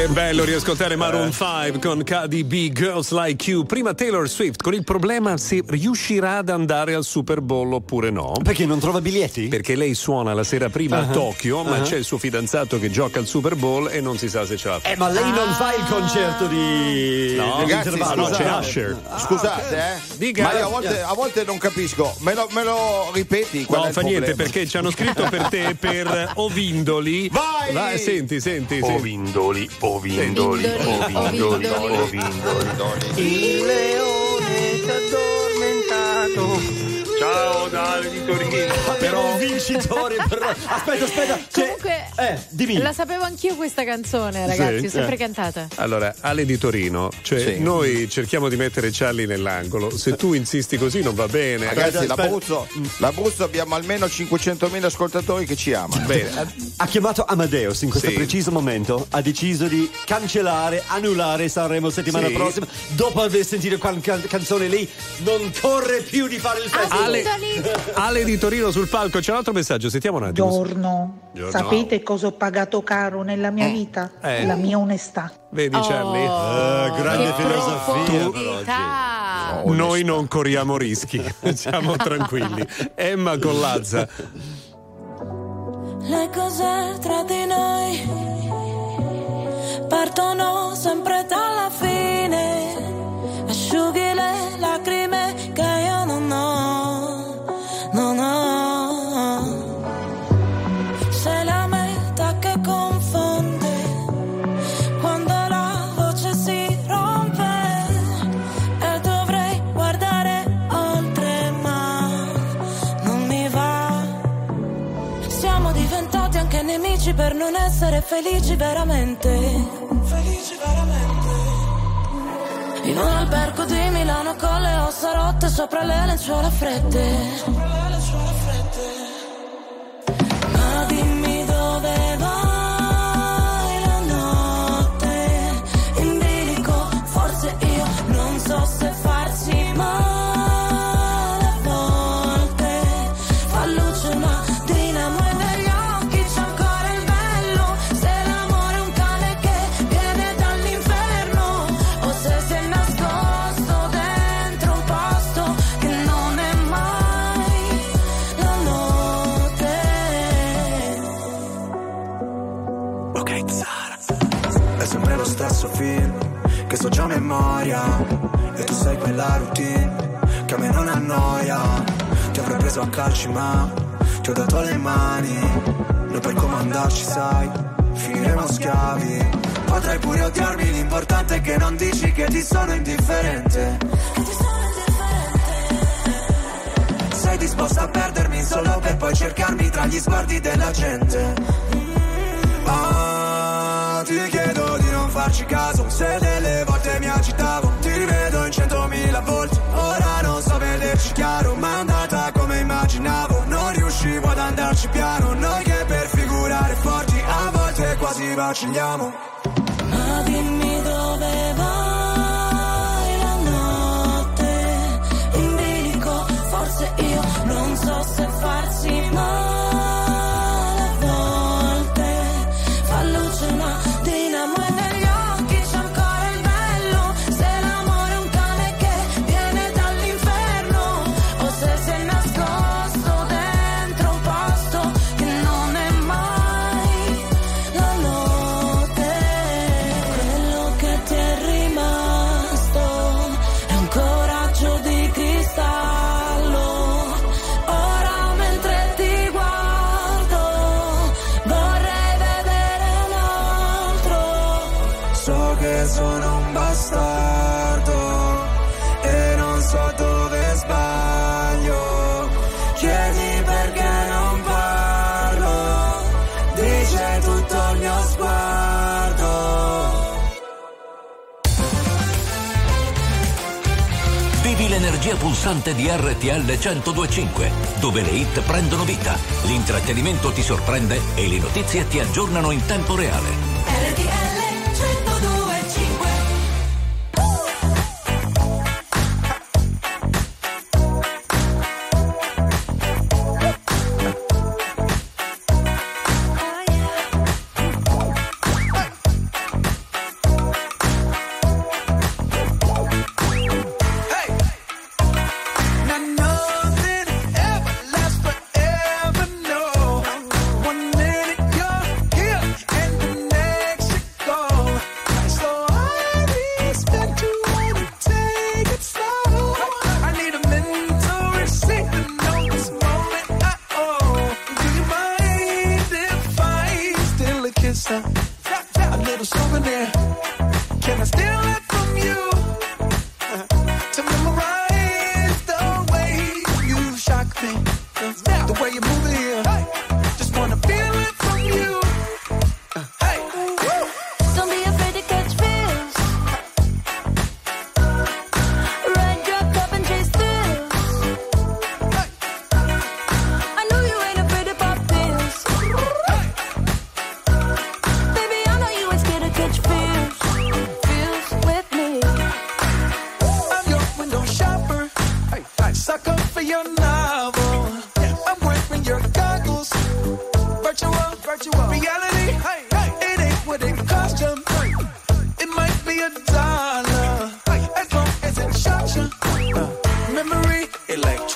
bello riascoltare Maroon cinque con Cardi B, Girls Like You. Prima Taylor Swift con il problema se riuscirà ad andare al Super Bowl oppure no. Perché non trova biglietti? Perché lei suona la sera prima uh-huh. a Tokyo, ma uh-huh. c'è il suo fidanzato che gioca al Super Bowl e non si sa se ce la fa. Eh, ma lei ah. non fa il concerto di. No, ragazzi, no, c'è Usher. Scusate, eh. Dica. Ma io a volte, a volte non capisco. Me lo, me lo ripeti? Qual no, è il fa problema? niente perché ci hanno scritto per te per Ovindoli. Vai! Vai, senti, senti, senti. Ovindoli, Ovindoli, Ovindoli, Ovindoli. Il leone si è addormentato. Ciao Davide Torino. Però un vincitore. Però... Aspetta, aspetta. Comunque, eh, dimmi. La sapevo anch'io questa canzone, ragazzi. Sì, Ho sempre eh. cantata. Allora, Ale di Torino, cioè Sì. noi cerchiamo di mettere Charlie nell'angolo. Se tu insisti così non va bene. Ragazzi, Aspetta, l'Abruzzo, l'Abruzzo abbiamo almeno cinquecentomila ascoltatori che ci amano. Bene, Ha chiamato Amadeus in questo Sì. preciso momento, ha deciso di cancellare, annullare Sanremo settimana Sì. prossima. Dopo aver sentito quella can- canzone lì, non corre più di fare il festival. Ale, Ale di Torino sul palco, c'è un altro messaggio, sentiamo un attimo. Giorno. Giorno. Sapete cosa ho pagato caro nella mia vita? Eh. La mia onestà. Vedi Charlie? Ah, grande che filosofia per oggi. profondità. Noi non corriamo rischi, siamo tranquilli. Emma con Lazza. Le cose tra di noi partono sempre dalla fine. Asciughi le lacrime che io non ho, non ho. Sei la metà che confonde quando la voce si rompe e dovrei guardare oltre ma non mi va. Siamo diventati anche nemici per non essere felici veramente. Felici veramente. In un albergo di Milano con le ossa rotte sopra le lenzuola fredde. Sopra le lenzuola fredde. Ma dimmi dove vai la notte in bilico. Forse io non so se farsi male a volte. Fa luce una dinamo e negli occhi c'è ancora il bello. Se l'amore è un cane che viene dall'inferno o se si è nascosto dentro un posto che non è mai la notte. Ok, Zara. È sempre lo stesso film che so già a memoria. E tu sei quella routine che a me non annoia. Ti avrei preso a calci ma ti ho dato le mani. Noi per comandarci sai finiremo schiavi. Potrai pure odiarmi, l'importante è che non dici che ti sono indifferente. Che ti sono indifferente. Sei disposta a perdermi solo per poi cercarmi tra gli sguardi della gente. Ah, ti chiedo di non farci caso. Se delle volte mi agitavo, ti rivedo in centomila volte. Ora non so vederci chiaro, ma è andata come immaginavo. Non riuscivo ad andarci piano. Noi che per figurare forti a volte quasi vacilliamo. Ma dimmi dove vai la notte in bilico. Forse io non so se farsi male a volte. Fa luce una dinamo e negli occhi c'è ancora il bello. Se l'amore è un cane che viene dall'inferno o se si è nascosto dentro un posto che non è mai la notte. Quello che ti è rimasto è un coraggio di cristallo. Ora mentre ti guardo vorrei vedere un altro. So che sono un bastardo e non so dove sbaglio. Chiedi perché non parlo, dice tutto il mio sguardo. Vivi l'energia pulsante di R T L centodue e cinque, dove le hit prendono vita, l'intrattenimento ti sorprende e le notizie ti aggiornano in tempo reale. R T L centodue e cinque.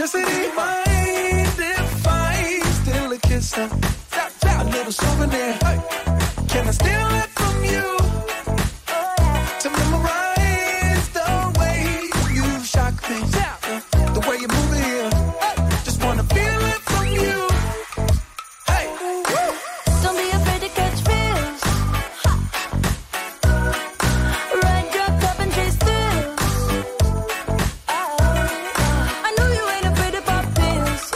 Does it ain't mind if I steal a kiss? A, a little souvenir. Can I steal it from you? To memorize the way you shock me, the way you move it here. Just wanna feel it from you. Hey, woo. Don't be afraid to catch feels. Ride your cup and chase thrills. I know you ain't afraid to pop pills.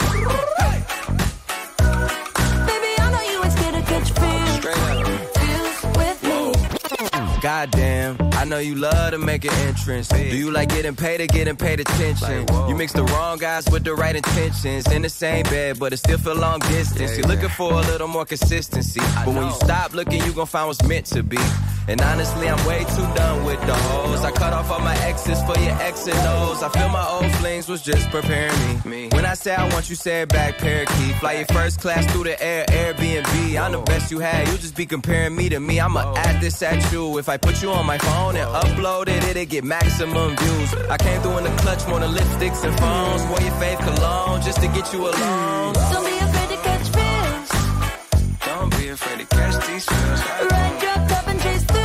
Baby, I know you ain't scared to catch feels. Feels with me. Goddamn, I know you love to make an entrance. Do you like getting paid or getting paid attention? You mix the wrong guys with the right intentions. In the same bed, but it still feel long distance. You're looking for a little more consistency. But when you stop looking, you gon' find what's meant to be. And honestly, I'm way too done with the hoes. I cut off all my exes for your X and O's. I feel my old flings was just preparing me. When I say I want you, say it back, parakeet. Fly your first class through the air, Airbnb. I'm the best you had, you just be comparing me to me. I'ma add this at you. If I put you on my phone and upload it, it'll get maximum views. I came through in the clutch more than lipsticks and phones. Wore your fave cologne just to get you alone. Don't be afraid to catch feels. Don't be afraid to catch these feels. Ride your cup and chase thrills.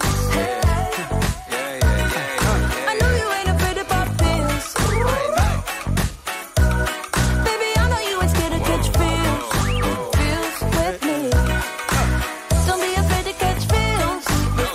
I know you ain't afraid to pop pills. Baby, I know you ain't scared to catch feels. Feels with me. Don't be afraid to catch feels.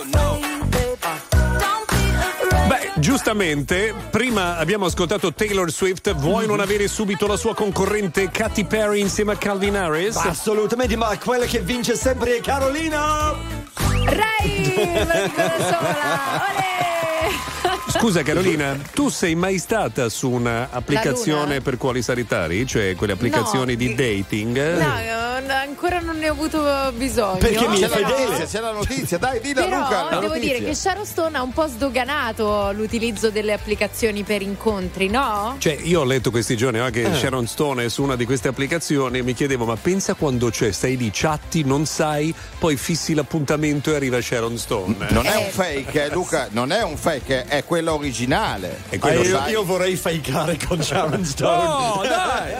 Don't be afraid. Beh, giustamente, prima abbiamo ascoltato Taylor Swift. Vuoi non avere subito la sua concorrente Katy Perry insieme a Calvin Harris? Assolutamente, ma quella che vince sempre è Carolina. Rai, la dico da sola. Olè! Scusa Carolina, tu sei mai stata su un'applicazione per quali sanitari? Cioè quelle applicazioni No. di dating? No, no, ancora non ne ho avuto bisogno. Perché mi C'è è la fedele? notizia, C'è la notizia, dai, dilla Però Luca. la devo notizia. dire che Sharon Stone ha un po' sdoganato l'utilizzo delle applicazioni per incontri, no? Cioè io ho letto questi giorni no, che Eh. Sharon Stone è su una di queste applicazioni e mi chiedevo ma pensa quando c'è, stai lì, chatti, non sai, poi fissi l'appuntamento e arriva Sharon Stone. Non è un fake, eh, Luca, non è un fake, è quella originale. E Ah, quello io, sai. io vorrei fakeare con Sharon Stone. No, dai!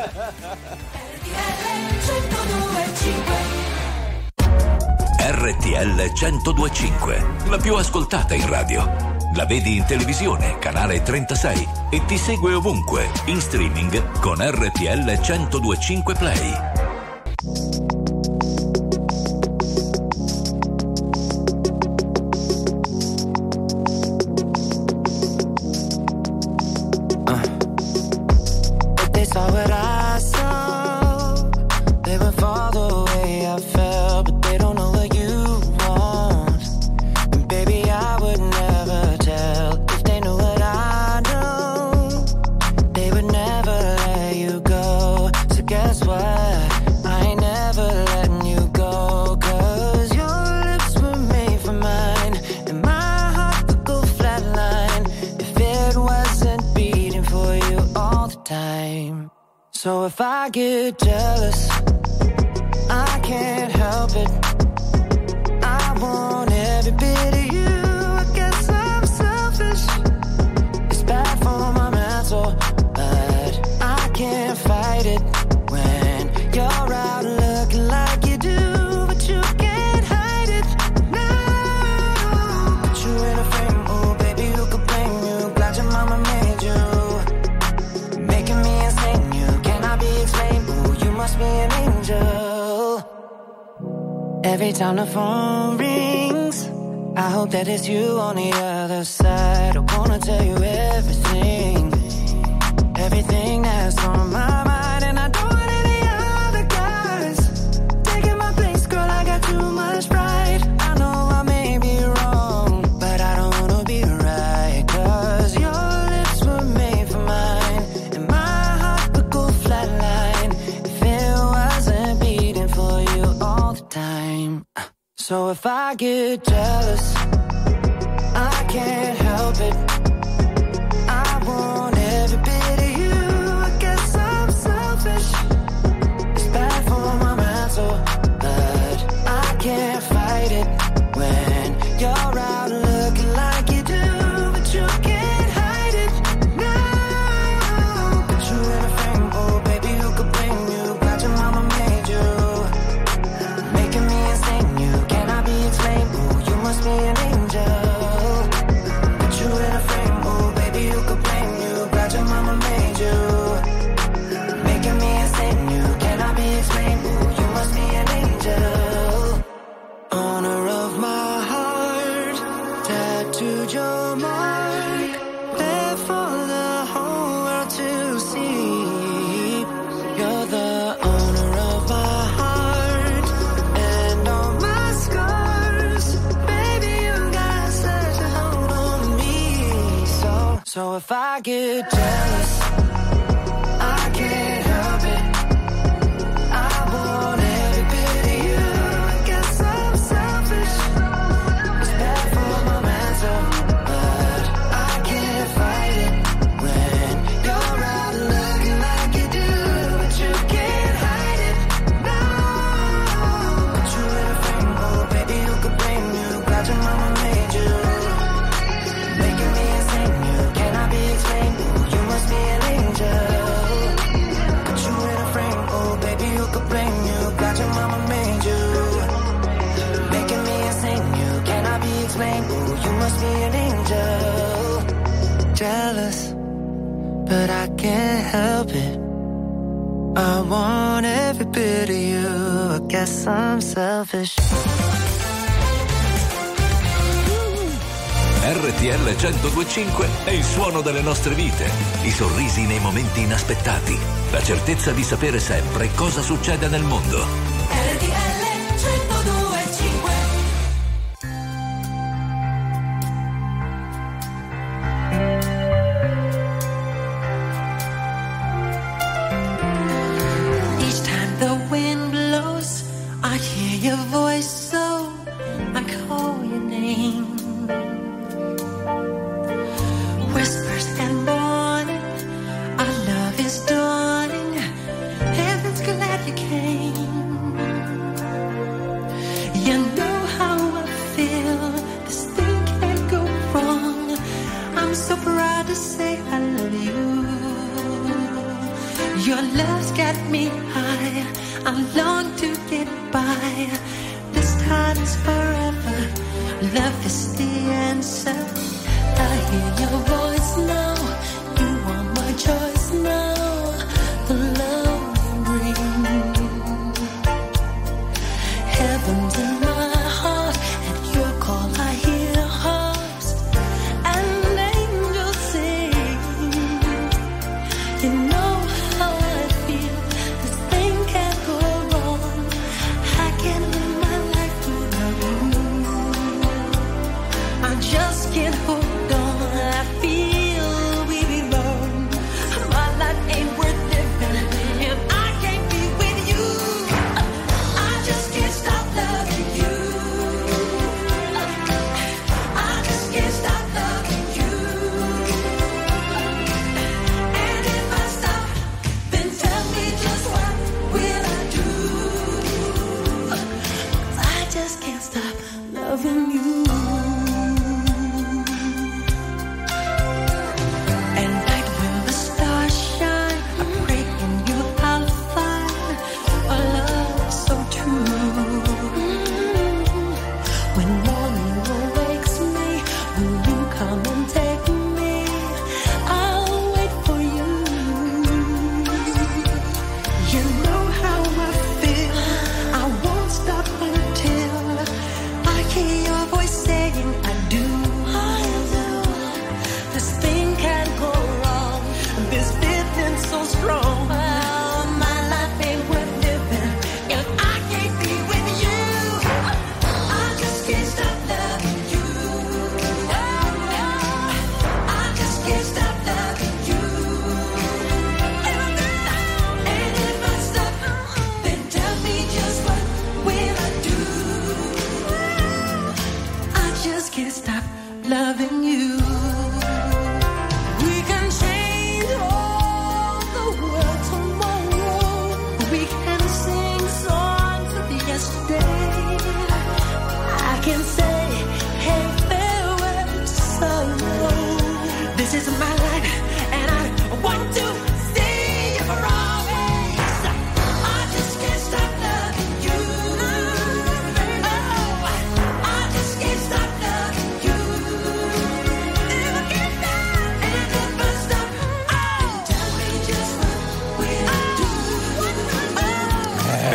R T L centodue e cinque, la più ascoltata in radio. La vedi in televisione, canale trentasei e ti segue ovunque, in streaming con R T L centodue e cinque Play. They saw what I saw. They went far the way I felt, but they don't know what you want. And baby, I would never tell if they knew what I know. They would never let you go. So guess what? I ain't never letting you go. 'Cause your lips were made for mine, and my heart would go flatline if it wasn't beating for you all the time. So if I get jealous, I can't help it. I want every bit of you. I guess I'm selfish. It's bad for my mental, but I can't fight it when you're out looking like you do, but you can't hide it. No, put you in a frame, oh baby, who could blame you? Glad your mama made you, making me insane. You cannot be explained. Ooh, you must be an angel. Every time the phone rings, I hope that it's you on the other side. I wanna tell you everything, everything that's on my mind, and I don't want any other guys taking my place, girl. I got too much pride. I know I may be wrong, but I don't wanna be right. 'Cause your lips were made for mine, and my heart would go flatline if it wasn't beating for you all the time. So if I get jealous, I can't help it. I want every bit of you. I guess I'm selfish. It's bad for my mental, but I can't fight it when you're out looking like you do, but you can't hide it. No, put you in a frame, your mark, left for the whole world to see. You're the owner of my heart and all my scars. Baby, you got such a hold on me. So, so if I get jealous, I can't help it. I want every bit of you. I guess I'm selfish. It's bad for my mental, but I can't fight it when you're out looking like you do, but you can't hide it. No, put you in a frame, oh baby, who could blame you? Glad your mama made you, making me insane. You cannot be explained. Ooh, you must be an angel. Put you in a frame, oh baby, who could blame you? Glad your mama made you, making me insane. You cannot be explained. Ooh, you must be an angel. Jealous, but I can't help it. I want every bit of you. I guess I'm selfish. R T L centodue e cinque è il suono delle nostre vite, i sorrisi nei momenti inaspettati, la certezza di sapere sempre cosa succede nel mondo. R T L centodue e cinque. Each time the wind blows, I hear your voice, so I call your name. Whispers and morning, our love is dawning. Heaven's glad you came. You know how I feel. This thing can't go wrong. I'm so proud to say I love you. Your love's got me high. I long to get by. This time is forever. Love is the answer. I hear your voice now. You are my choice now. The love you bring. Heaven's in my heart. At your call I hear harps and angels sing. You know how I feel. This thing can't go wrong. I can't live my life without you. I just can't hold on. I feel we belong. My life ain't worth living if I can't be with you. I just can't stop loving you. I just can't stop loving you. And if I stop, then tell me just what will I do? 'Cause I just can't stop loving you.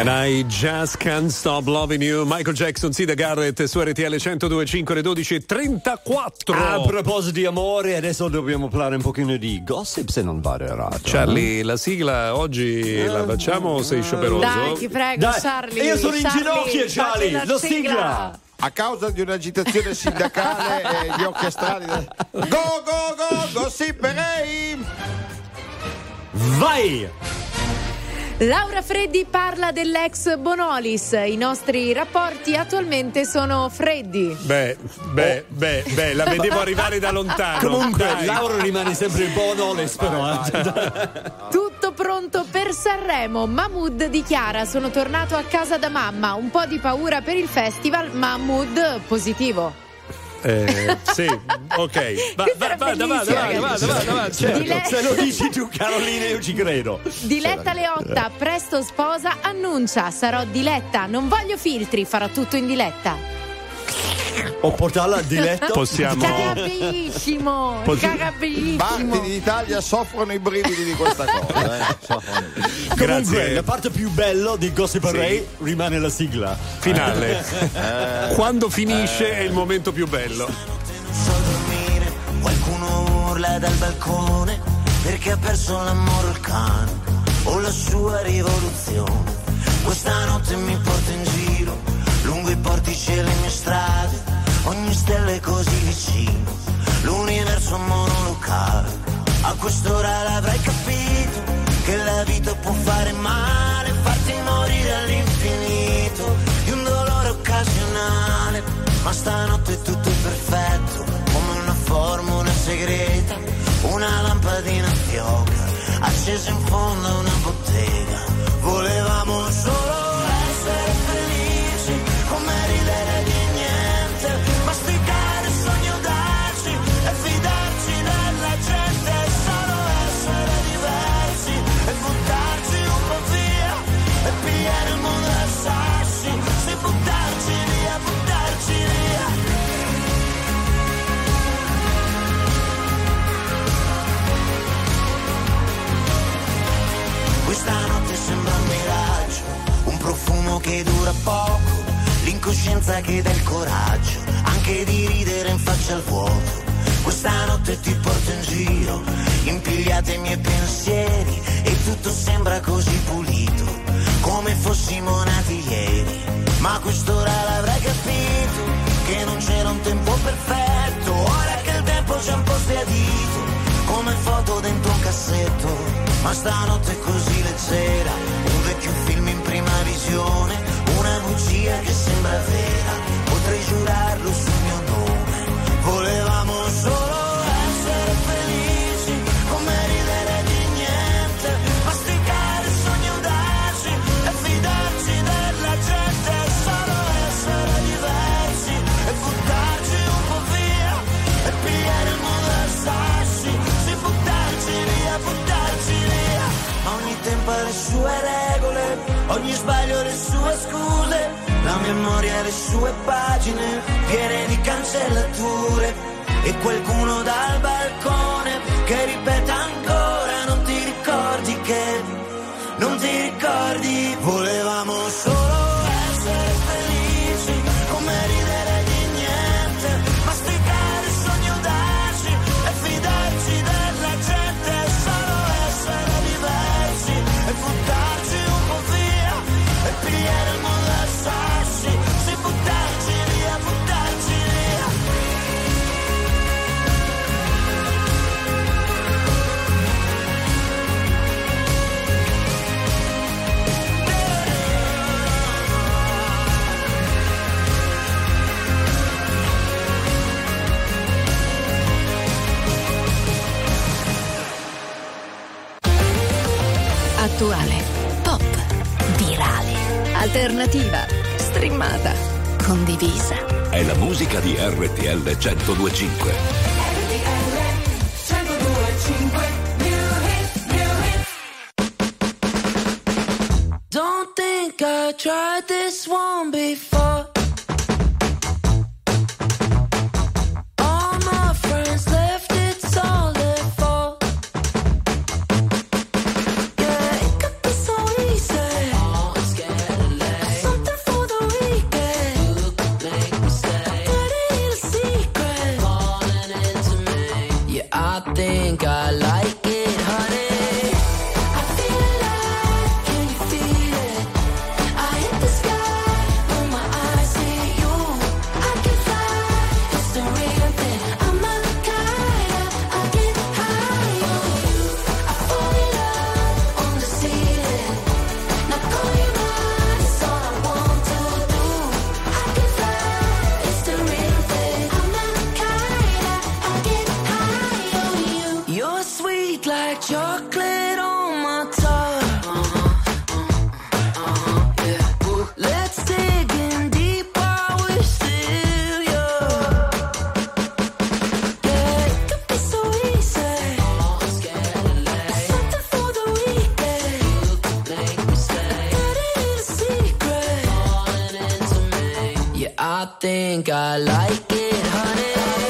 And I just can't stop loving you. Michael Jackson, Sida Garrett su R T L centodue e cinque, le dodici e trentaquattro. A proposito di amore, adesso dobbiamo parlare un pochino di gossip, se non vado errato. Charlie, la sigla oggi uh, la facciamo o sei sciaperoso? Dai, ti prego, Dai, Charlie. io sono in Charlie, ginocchio, Charlie. la Lo sigla. sigla. A causa di un'agitazione sindacale e gli orchestrali. Go, go, go, gossiperei! Vai! Laura Freddi parla dell'ex Bonolis. I nostri rapporti attualmente sono freddi. Beh, beh, beh, beh, la vedevo arrivare da lontano. Comunque, Dai. Laura rimane sempre Bonolis, però. Tutto pronto per Sanremo. Mahmood dichiara: sono tornato a casa da mamma. Un po' di paura per il festival, ma mood positivo. Eh, sì, ok. Va, va, vada, vada, vada, vada, vada, vada. Certo, Dile- se lo dici tu, Carolina, io ci credo. Diletta Leotta, presto sposa, annuncia: sarò Diletta, non voglio filtri, farò tutto in diretta. O portarla a diletto. Possiamo. Cagabilissimo, Possi- cagabilissimo. Parti d'Italia soffrono i brividi di questa cosa. Eh. Soffrono. Comunque, Grazie. la parte più bella di Gossip Sì. Ray rimane la sigla Finale. Quando finisce è il momento più bello. So dormire, qualcuno urla dal balcone perché ha perso l'amore o il cane o la sua rivoluzione. Questa notte mi porta in giro lungo i portici e le mie strade, ogni stella è così vicino, l'universo monolocale. A quest'ora l'avrai capito che la vita può fare male, farti morire all'infinito di un dolore occasionale. Ma stanotte tutto è perfetto, come una formula segreta, una lampadina fioca, accesa in fondo a una bottega. Volevamo solo essere felici, come ridere di niente, masticare il sogno darci e fidarci della gente, solo essere diversi e buttarci un po' via e pigliare il mondo a sassi, sì, buttarci via, buttarci via. Questa notte sembra un miraggio, un profumo che dura poco, l'incoscienza che dà il coraggio anche di ridere in faccia al vuoto. Questa notte ti porto in giro, impigliate i miei pensieri e tutto sembra così pulito, come fossimo nati ieri. Ma a quest'ora l'avrai capito, che non c'era un tempo perfetto, ora che il tempo c'è un po' sbiadito, come foto dentro un cassetto. Ma stanotte è così leggera, un vecchio film in prima visione, una bugia che sembra vera, potrei giurarlo sul mio nome. Volevamo solo essere felici, come ridere di niente, masticare il sogno darci e fidarci della gente, solo essere diversi e buttarci un po' via e pigliare il mondo a sassi, sì, buttarci via, buttarci via. Ma ogni tempo ha le sue regole, ogni sbaglio le sue scuse, la memoria le sue pagine piene di cancellature e qualcuno dal balcone che ripete ancora: non ti ricordi che, non ti ricordi. Volevamo solo essere felici, come ridere di niente, masticare il sogno darci e fidarci della gente, solo essere diversi e buttarci un po' via e pigliare il mondo a sassi, sì, buttarci via, buttarci via. Attuale, pop, virale, alternativa, streamata, condivisa. È la musica di R T L centodue e cinque. Don't think I tried this one before. All my friends left, it's all their fault. Yeah, it could be so easy. I think I like it, honey. Chocolate on my tongue. Uh-huh, uh-huh, yeah. Ooh, let's dig in deep while we're still young. Yeah, it could be so easy. Oh, I'm scared of life. Something for the weekend. You could make me stay. Got it in a secret. Falling into me. Yeah, I think I like it, honey.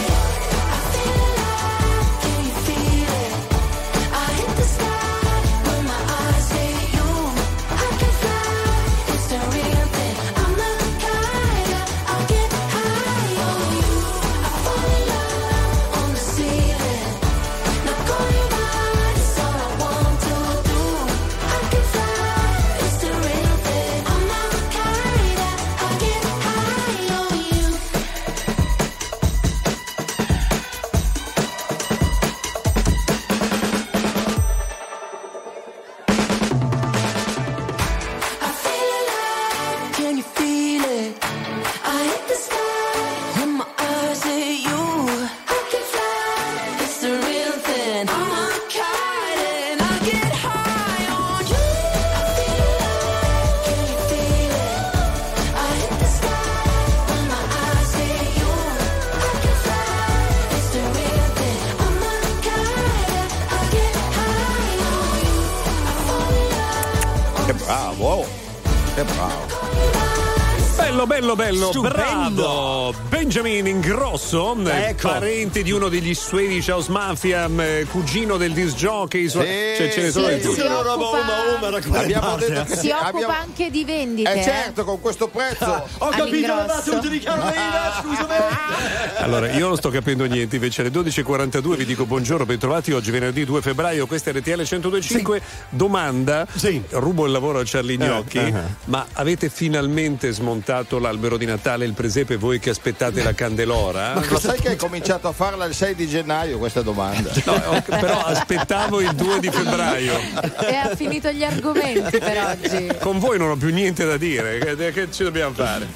Bravo, che bravo. Bello, bello, bello, Stupendo. bravo! Benjamin Ingrosso, Ecco. parente di uno degli Swedish House Mafia, eh, cugino del disc jockey, Sì, cioè ce ne sono sì, di tutti. si Una roba occupa- uma uma da quelle Abbiamo parti, detto eh. che Si sì, occupa abbiamo- anche di vendite. Eh certo, con questo prezzo. Ho capito le All'ingrosso. battute di Carolina, scusami. Allora, io non sto capendo niente, invece alle dodici e quarantadue vi dico buongiorno, bentrovati, oggi venerdì due febbraio, questa è R T L centodue e cinque. Domanda, Sì. rubo il lavoro a Charlie Gnocchi, Eh, eh. ma avete finalmente smontato l'albero di Natale, il presepe, voi che aspettate la candelora? Lo sai che hai cominciato a farla il sei di gennaio questa domanda? No, ho- però aspettavo il due di febbraio. E ha finito gli argomenti per oggi. Con voi non ho più niente da dire, che, che ci dobbiamo fare?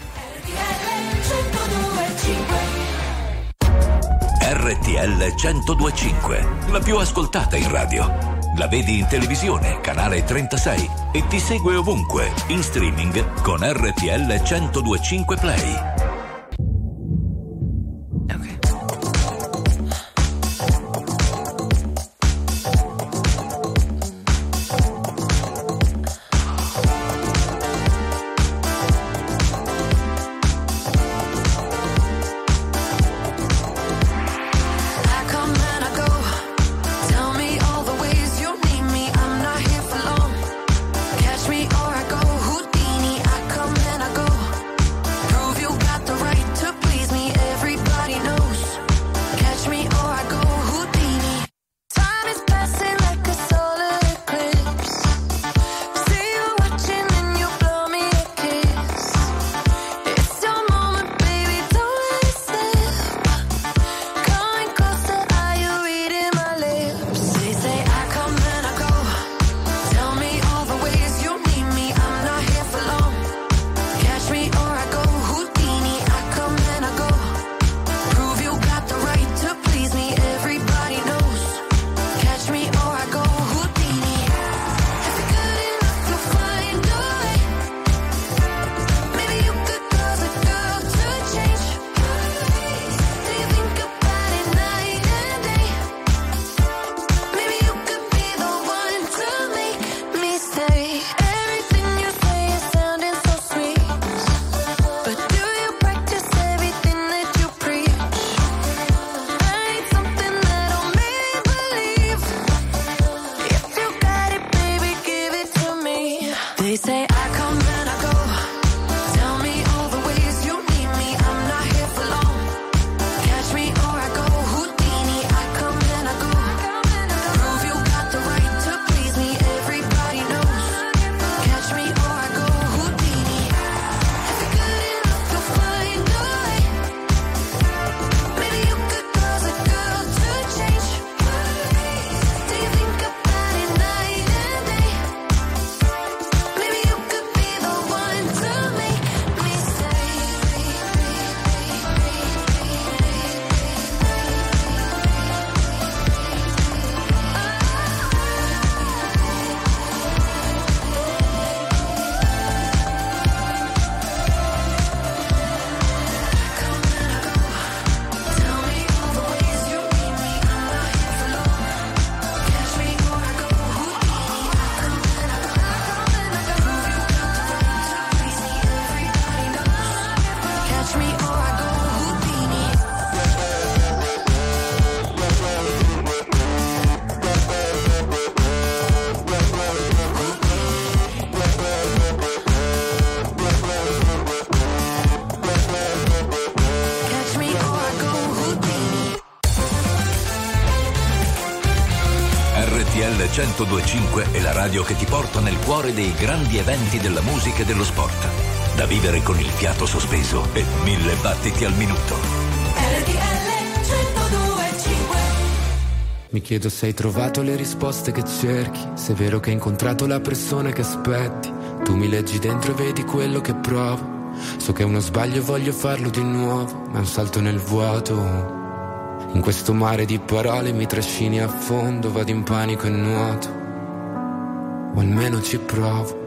R T L centodue e cinque, la più ascoltata in radio. La vedi in televisione, canale trentasei, e ti segue ovunque, in streaming con R T L centodue e cinque Play. Catch me or I go Houdini. I come and I go. Prove you got R T L centodue e cinque è la radio che ti porta nel cuore dei grandi eventi della musica e dello sport. Da vivere con il fiato sospeso e mille battiti al minuto. R T L centodue e cinque. Mi chiedo se hai trovato le risposte che cerchi, se è vero che hai incontrato la persona che aspetti. Tu mi leggi dentro e vedi quello che provo. So che è uno sbaglio e voglio farlo di nuovo, ma è un salto nel vuoto. In questo mare di parole mi trascini a fondo, vado in panico e nuoto, o almeno ci provo.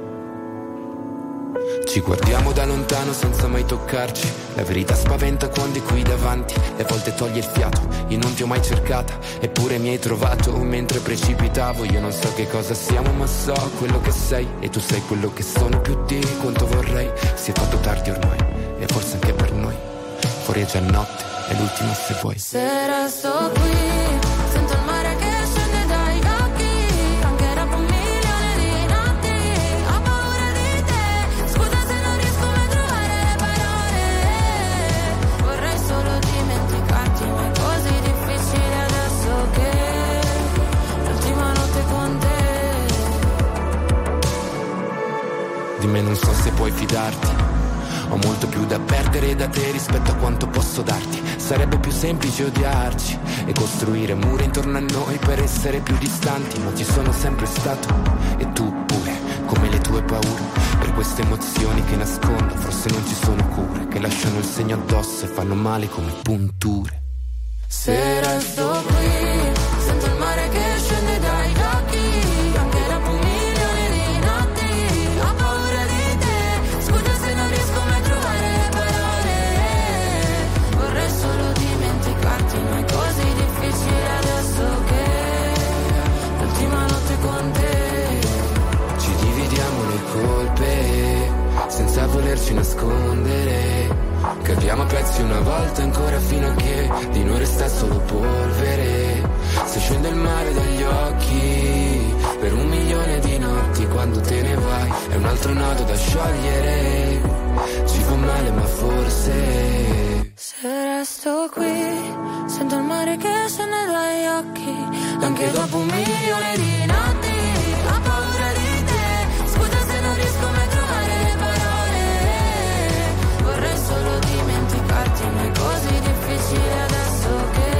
Ci guardiamo da lontano senza mai toccarci. La verità spaventa quando è qui davanti e a volte toglie il fiato. Io non ti ho mai cercata, eppure mi hai trovato mentre precipitavo. Io non so che cosa siamo, ma so quello che sei, e tu sei quello che sono più di quanto vorrei. Si è fatto tardi ormai, e forse anche per noi. Fuori è già notte, è l'ultima se vuoi. Se resto qui, sento il mare che scende dai occhi, anche dopo un milione di notti. Ho paura di te, scusa se non riesco mai a trovare le parole. Vorrei solo dimenticarti, ma è così difficile adesso che l'ultima notte con te. Di me non so se puoi fidarti. Ho molto più da perdere da te rispetto a quanto posso darti. Sarebbe più semplice odiarci e costruire mura intorno a noi per essere più distanti, ma ci sono sempre stato, e tu pure, come le tue paure. Per queste emozioni che nascondo forse non ci sono cure, che lasciano il segno addosso e fanno male come punture. Se resto qui, sento il mare che scende dai occhi, anche dopo un milione di notti. Ho paura di te, scusa se non riesco mai a trovare le parole. Vorrei solo dimenticarti, ma è così difficile adesso che l'ultima notte con te. Ci dividiamo le colpe senza volerci nascondere. Capiamo a pezzi una volta ancora fino a che di noi resta solo polvere. Se scende il mare dagli occhi per un milione di notti, quando te ne vai è un altro nodo da sciogliere. Ci fa male ma forse se resto qui, sento il mare che scende dagli occhi, anche dopo un milione di notti. Ho paura di te, scusa se non riesco mai a trovare le parole. Vorrei solo dimenticarti, ma è così difficile adesso che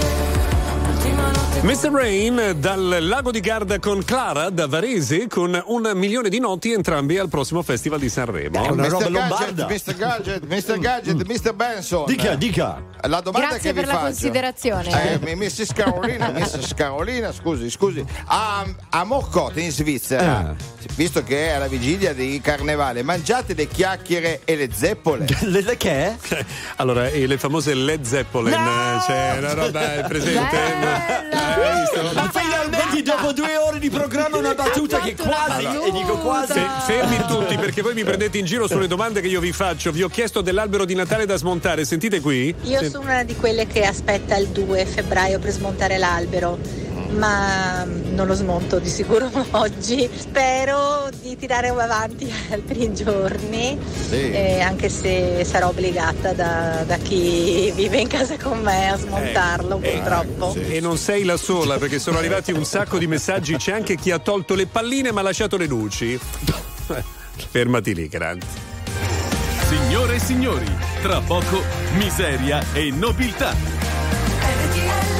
l'ultima notte. mister Rain dal Lago di Garda con Clara da Varese, con un milione di notti, entrambi al prossimo Festival di Sanremo. È una roba lombarda. mister Gadget, mister Gadget, mister Benson. Dica, dica. La domanda Grazie che per vi la faccio. considerazione. Eh, missus Carolina, missus Carolina, scusi, scusi. A, a Morcote in Svizzera, Eh. visto che è alla vigilia di Carnevale, mangiate le chiacchiere e le zeppole? Le, le che? Allora, e le famose Led Zeppelin, No! c'è una roba è presente. Hai visto? Ma finalmente dopo due ore di programma una battuta che quasi, Allora, e dico quasi. Fe- fermi tutti, perché voi mi prendete in giro sulle domande che io vi faccio. Vi ho chiesto dell'albero di Natale da smontare, sentite qui? Io Sent- sono una di quelle che aspetta il due febbraio per smontare l'albero, ma non lo smonto di sicuro oggi. Spero di tirare avanti altri giorni, Sì. eh, anche se sarò obbligata da, da chi vive in casa con me a smontarlo, Eh, purtroppo. E non sei la sola, perché sono arrivati un sacco di messaggi. C'è anche chi ha tolto le palline ma ha lasciato le luci. Fermati lì, Grant. Signore e signori, tra poco miseria e nobiltà. R T L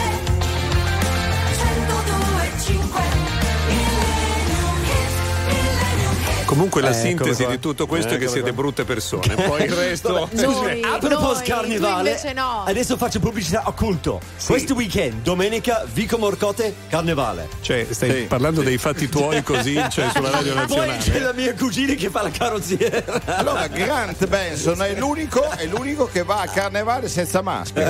centodue e cinque. Millennium Hit, Millennium Hit. Comunque la Eh, sintesi come di tutto questo qua. è che Eh, come siete qua. brutte persone. Poi il resto. Noi, A proposito noi, carnevale, tu invece no. adesso faccio pubblicità occulto. Questo weekend, domenica, Vico Morcote, carnevale. Cioè, stai Sì. parlando dei fatti tuoi così, cioè sulla radio Poi c'è nazionale. la mia cugina che fa la carrozziera. Allora, Grant Benson è l'unico, è l'unico che va a Carnevale senza maschera.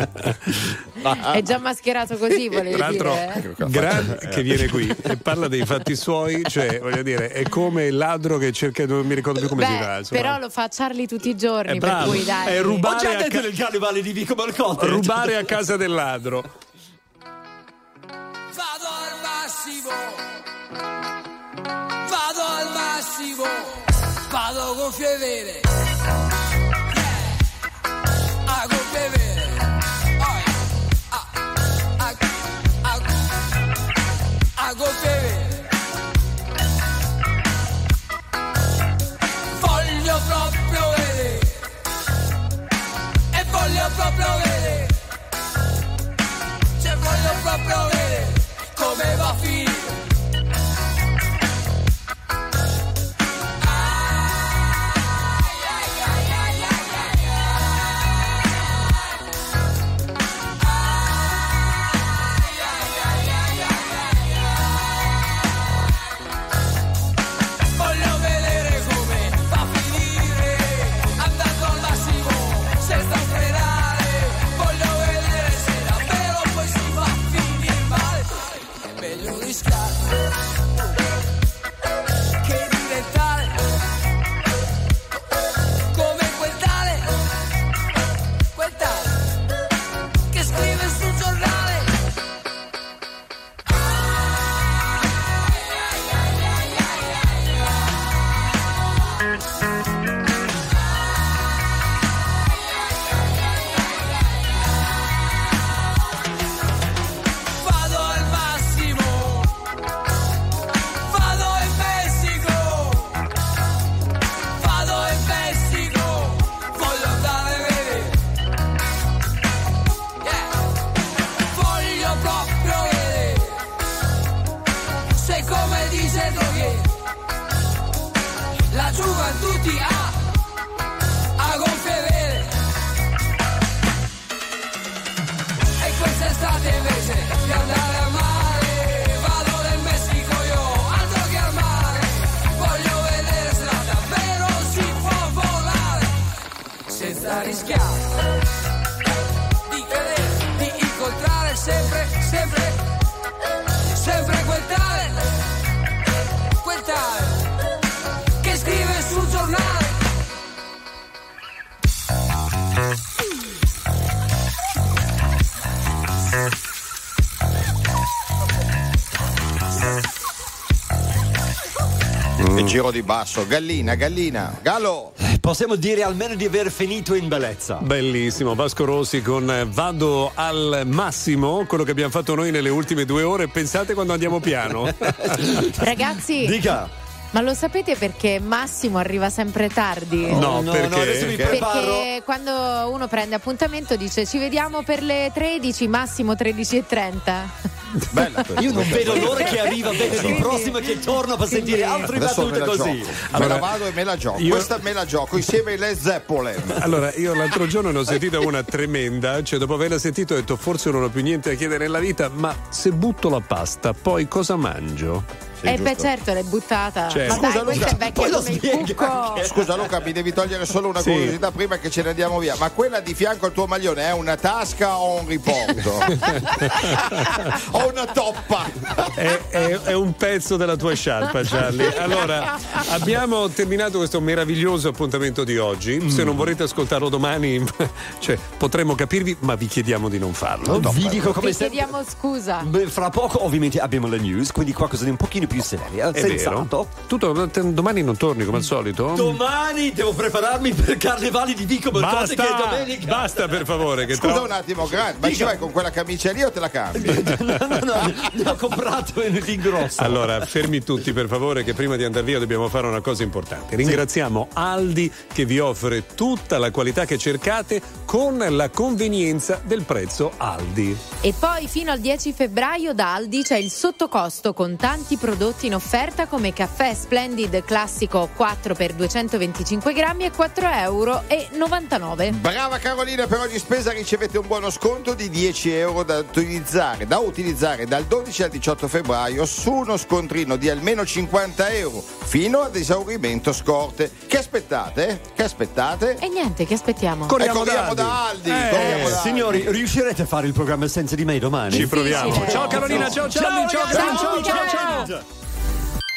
È già mascherato così, volevi Tra l'altro, dire. eh? Grant che viene qui e parla dei fatti suoi, cioè, voglio dire, è come il ladro che cerca, non mi ricordo più come si Beh, chiama. insomma. però lo fa Charlie tutti i giorni, È per bravo. cui dai. È Ho rubare già a, detto ca- del carnevale di Vico Morcote. rubare a casa del ladro. Vado al massimo, vado al massimo, vado con fievere, a con fievere, oh, yeah. a, a, a, a con tutti a, a gonfie vele. E quest'estate invece di andare a mare, vado nel Messico io, altro che al mare. Voglio vedere se davvero si può volare senza rischiare di cadere, di incontrare sempre, sempre, sempre quel tale, quel tale che scrive sul giornale. E giro di basso, gallina, gallina, gallo. Possiamo dire almeno di aver finito in bellezza. Bellissimo, Vasco Rossi con eh, Vado al massimo, quello che abbiamo fatto noi nelle ultime due ore. Pensate quando andiamo piano. Ragazzi, dica. Ma lo sapete perché Massimo arriva sempre tardi? No, no, perché? no, adesso mi preparo. Perché quando uno prende appuntamento dice ci vediamo per le tredici, massimo tredici e trenta. Bella, io non vedo l'ora che arriva venerdì prossimo che torno per sentire altre battute così. Allora, me la vado e me la gioco. Io... Questa me la gioco insieme ai Led Zeppelin. Allora, io l'altro giorno ne ho sentita una tremenda, cioè dopo averla sentito ho detto forse non ho più niente da chiedere nella vita, ma se butto la pasta, poi cosa mangio? Sì, eh beh certo, l'hai buttata. Cioè, ma scusa, dai, Luca, questa è vecchia come il cucco. Scusa Luca, mi devi togliere solo una sì. curiosità prima che ce ne andiamo via. Ma quella di fianco al tuo maglione è una tasca o un riporto? O una toppa? È, è, è un pezzo della tua sciarpa, Charlie. Allora, abbiamo terminato questo meraviglioso appuntamento di oggi. Mm. Se non vorrete ascoltarlo domani, cioè, potremmo capirvi, ma vi chiediamo di non farlo. No, vi dico come vi chiediamo scusa. Beh, fra poco ovviamente abbiamo le news, quindi qualcosa di un pochino più seria. È sensato. vero. Tu domani non torni come al solito? Domani devo prepararmi per Carnevali di Vico Mercante, che è domenica. Basta per favore. Che Scusa tra... un attimo, Grant, ma ci vai con quella camicia lì o te la cambi? no, no, no, ne ho comprato in grosso. Allora, fermi tutti per favore, che prima di andare via dobbiamo fare una cosa importante. Ringraziamo sì. Aldi che vi offre tutta la qualità che cercate con la convenienza del prezzo Aldi. E poi fino al dieci febbraio da Aldi c'è il sottocosto con tanti prodotti in offerta come caffè Splendid classico quattro per duecentoventicinque grammi e quattro euro e novantanove. Brava Carolina, per ogni spesa ricevete un buono sconto di dieci euro da utilizzare, da utilizzare dal dodici al diciotto febbraio su uno scontrino di almeno cinquanta euro fino ad esaurimento scorte. Che aspettate? Che aspettate? E niente, che aspettiamo? Corriamo, corriamo da Aldi, eh, corriamo da Aldi. Signori, riuscirete a fare il programma senza di me domani? Ci proviamo. Difficile. Ciao Carolina, ciao Charlie, ciao, ciao, ciao, ciao, ciao.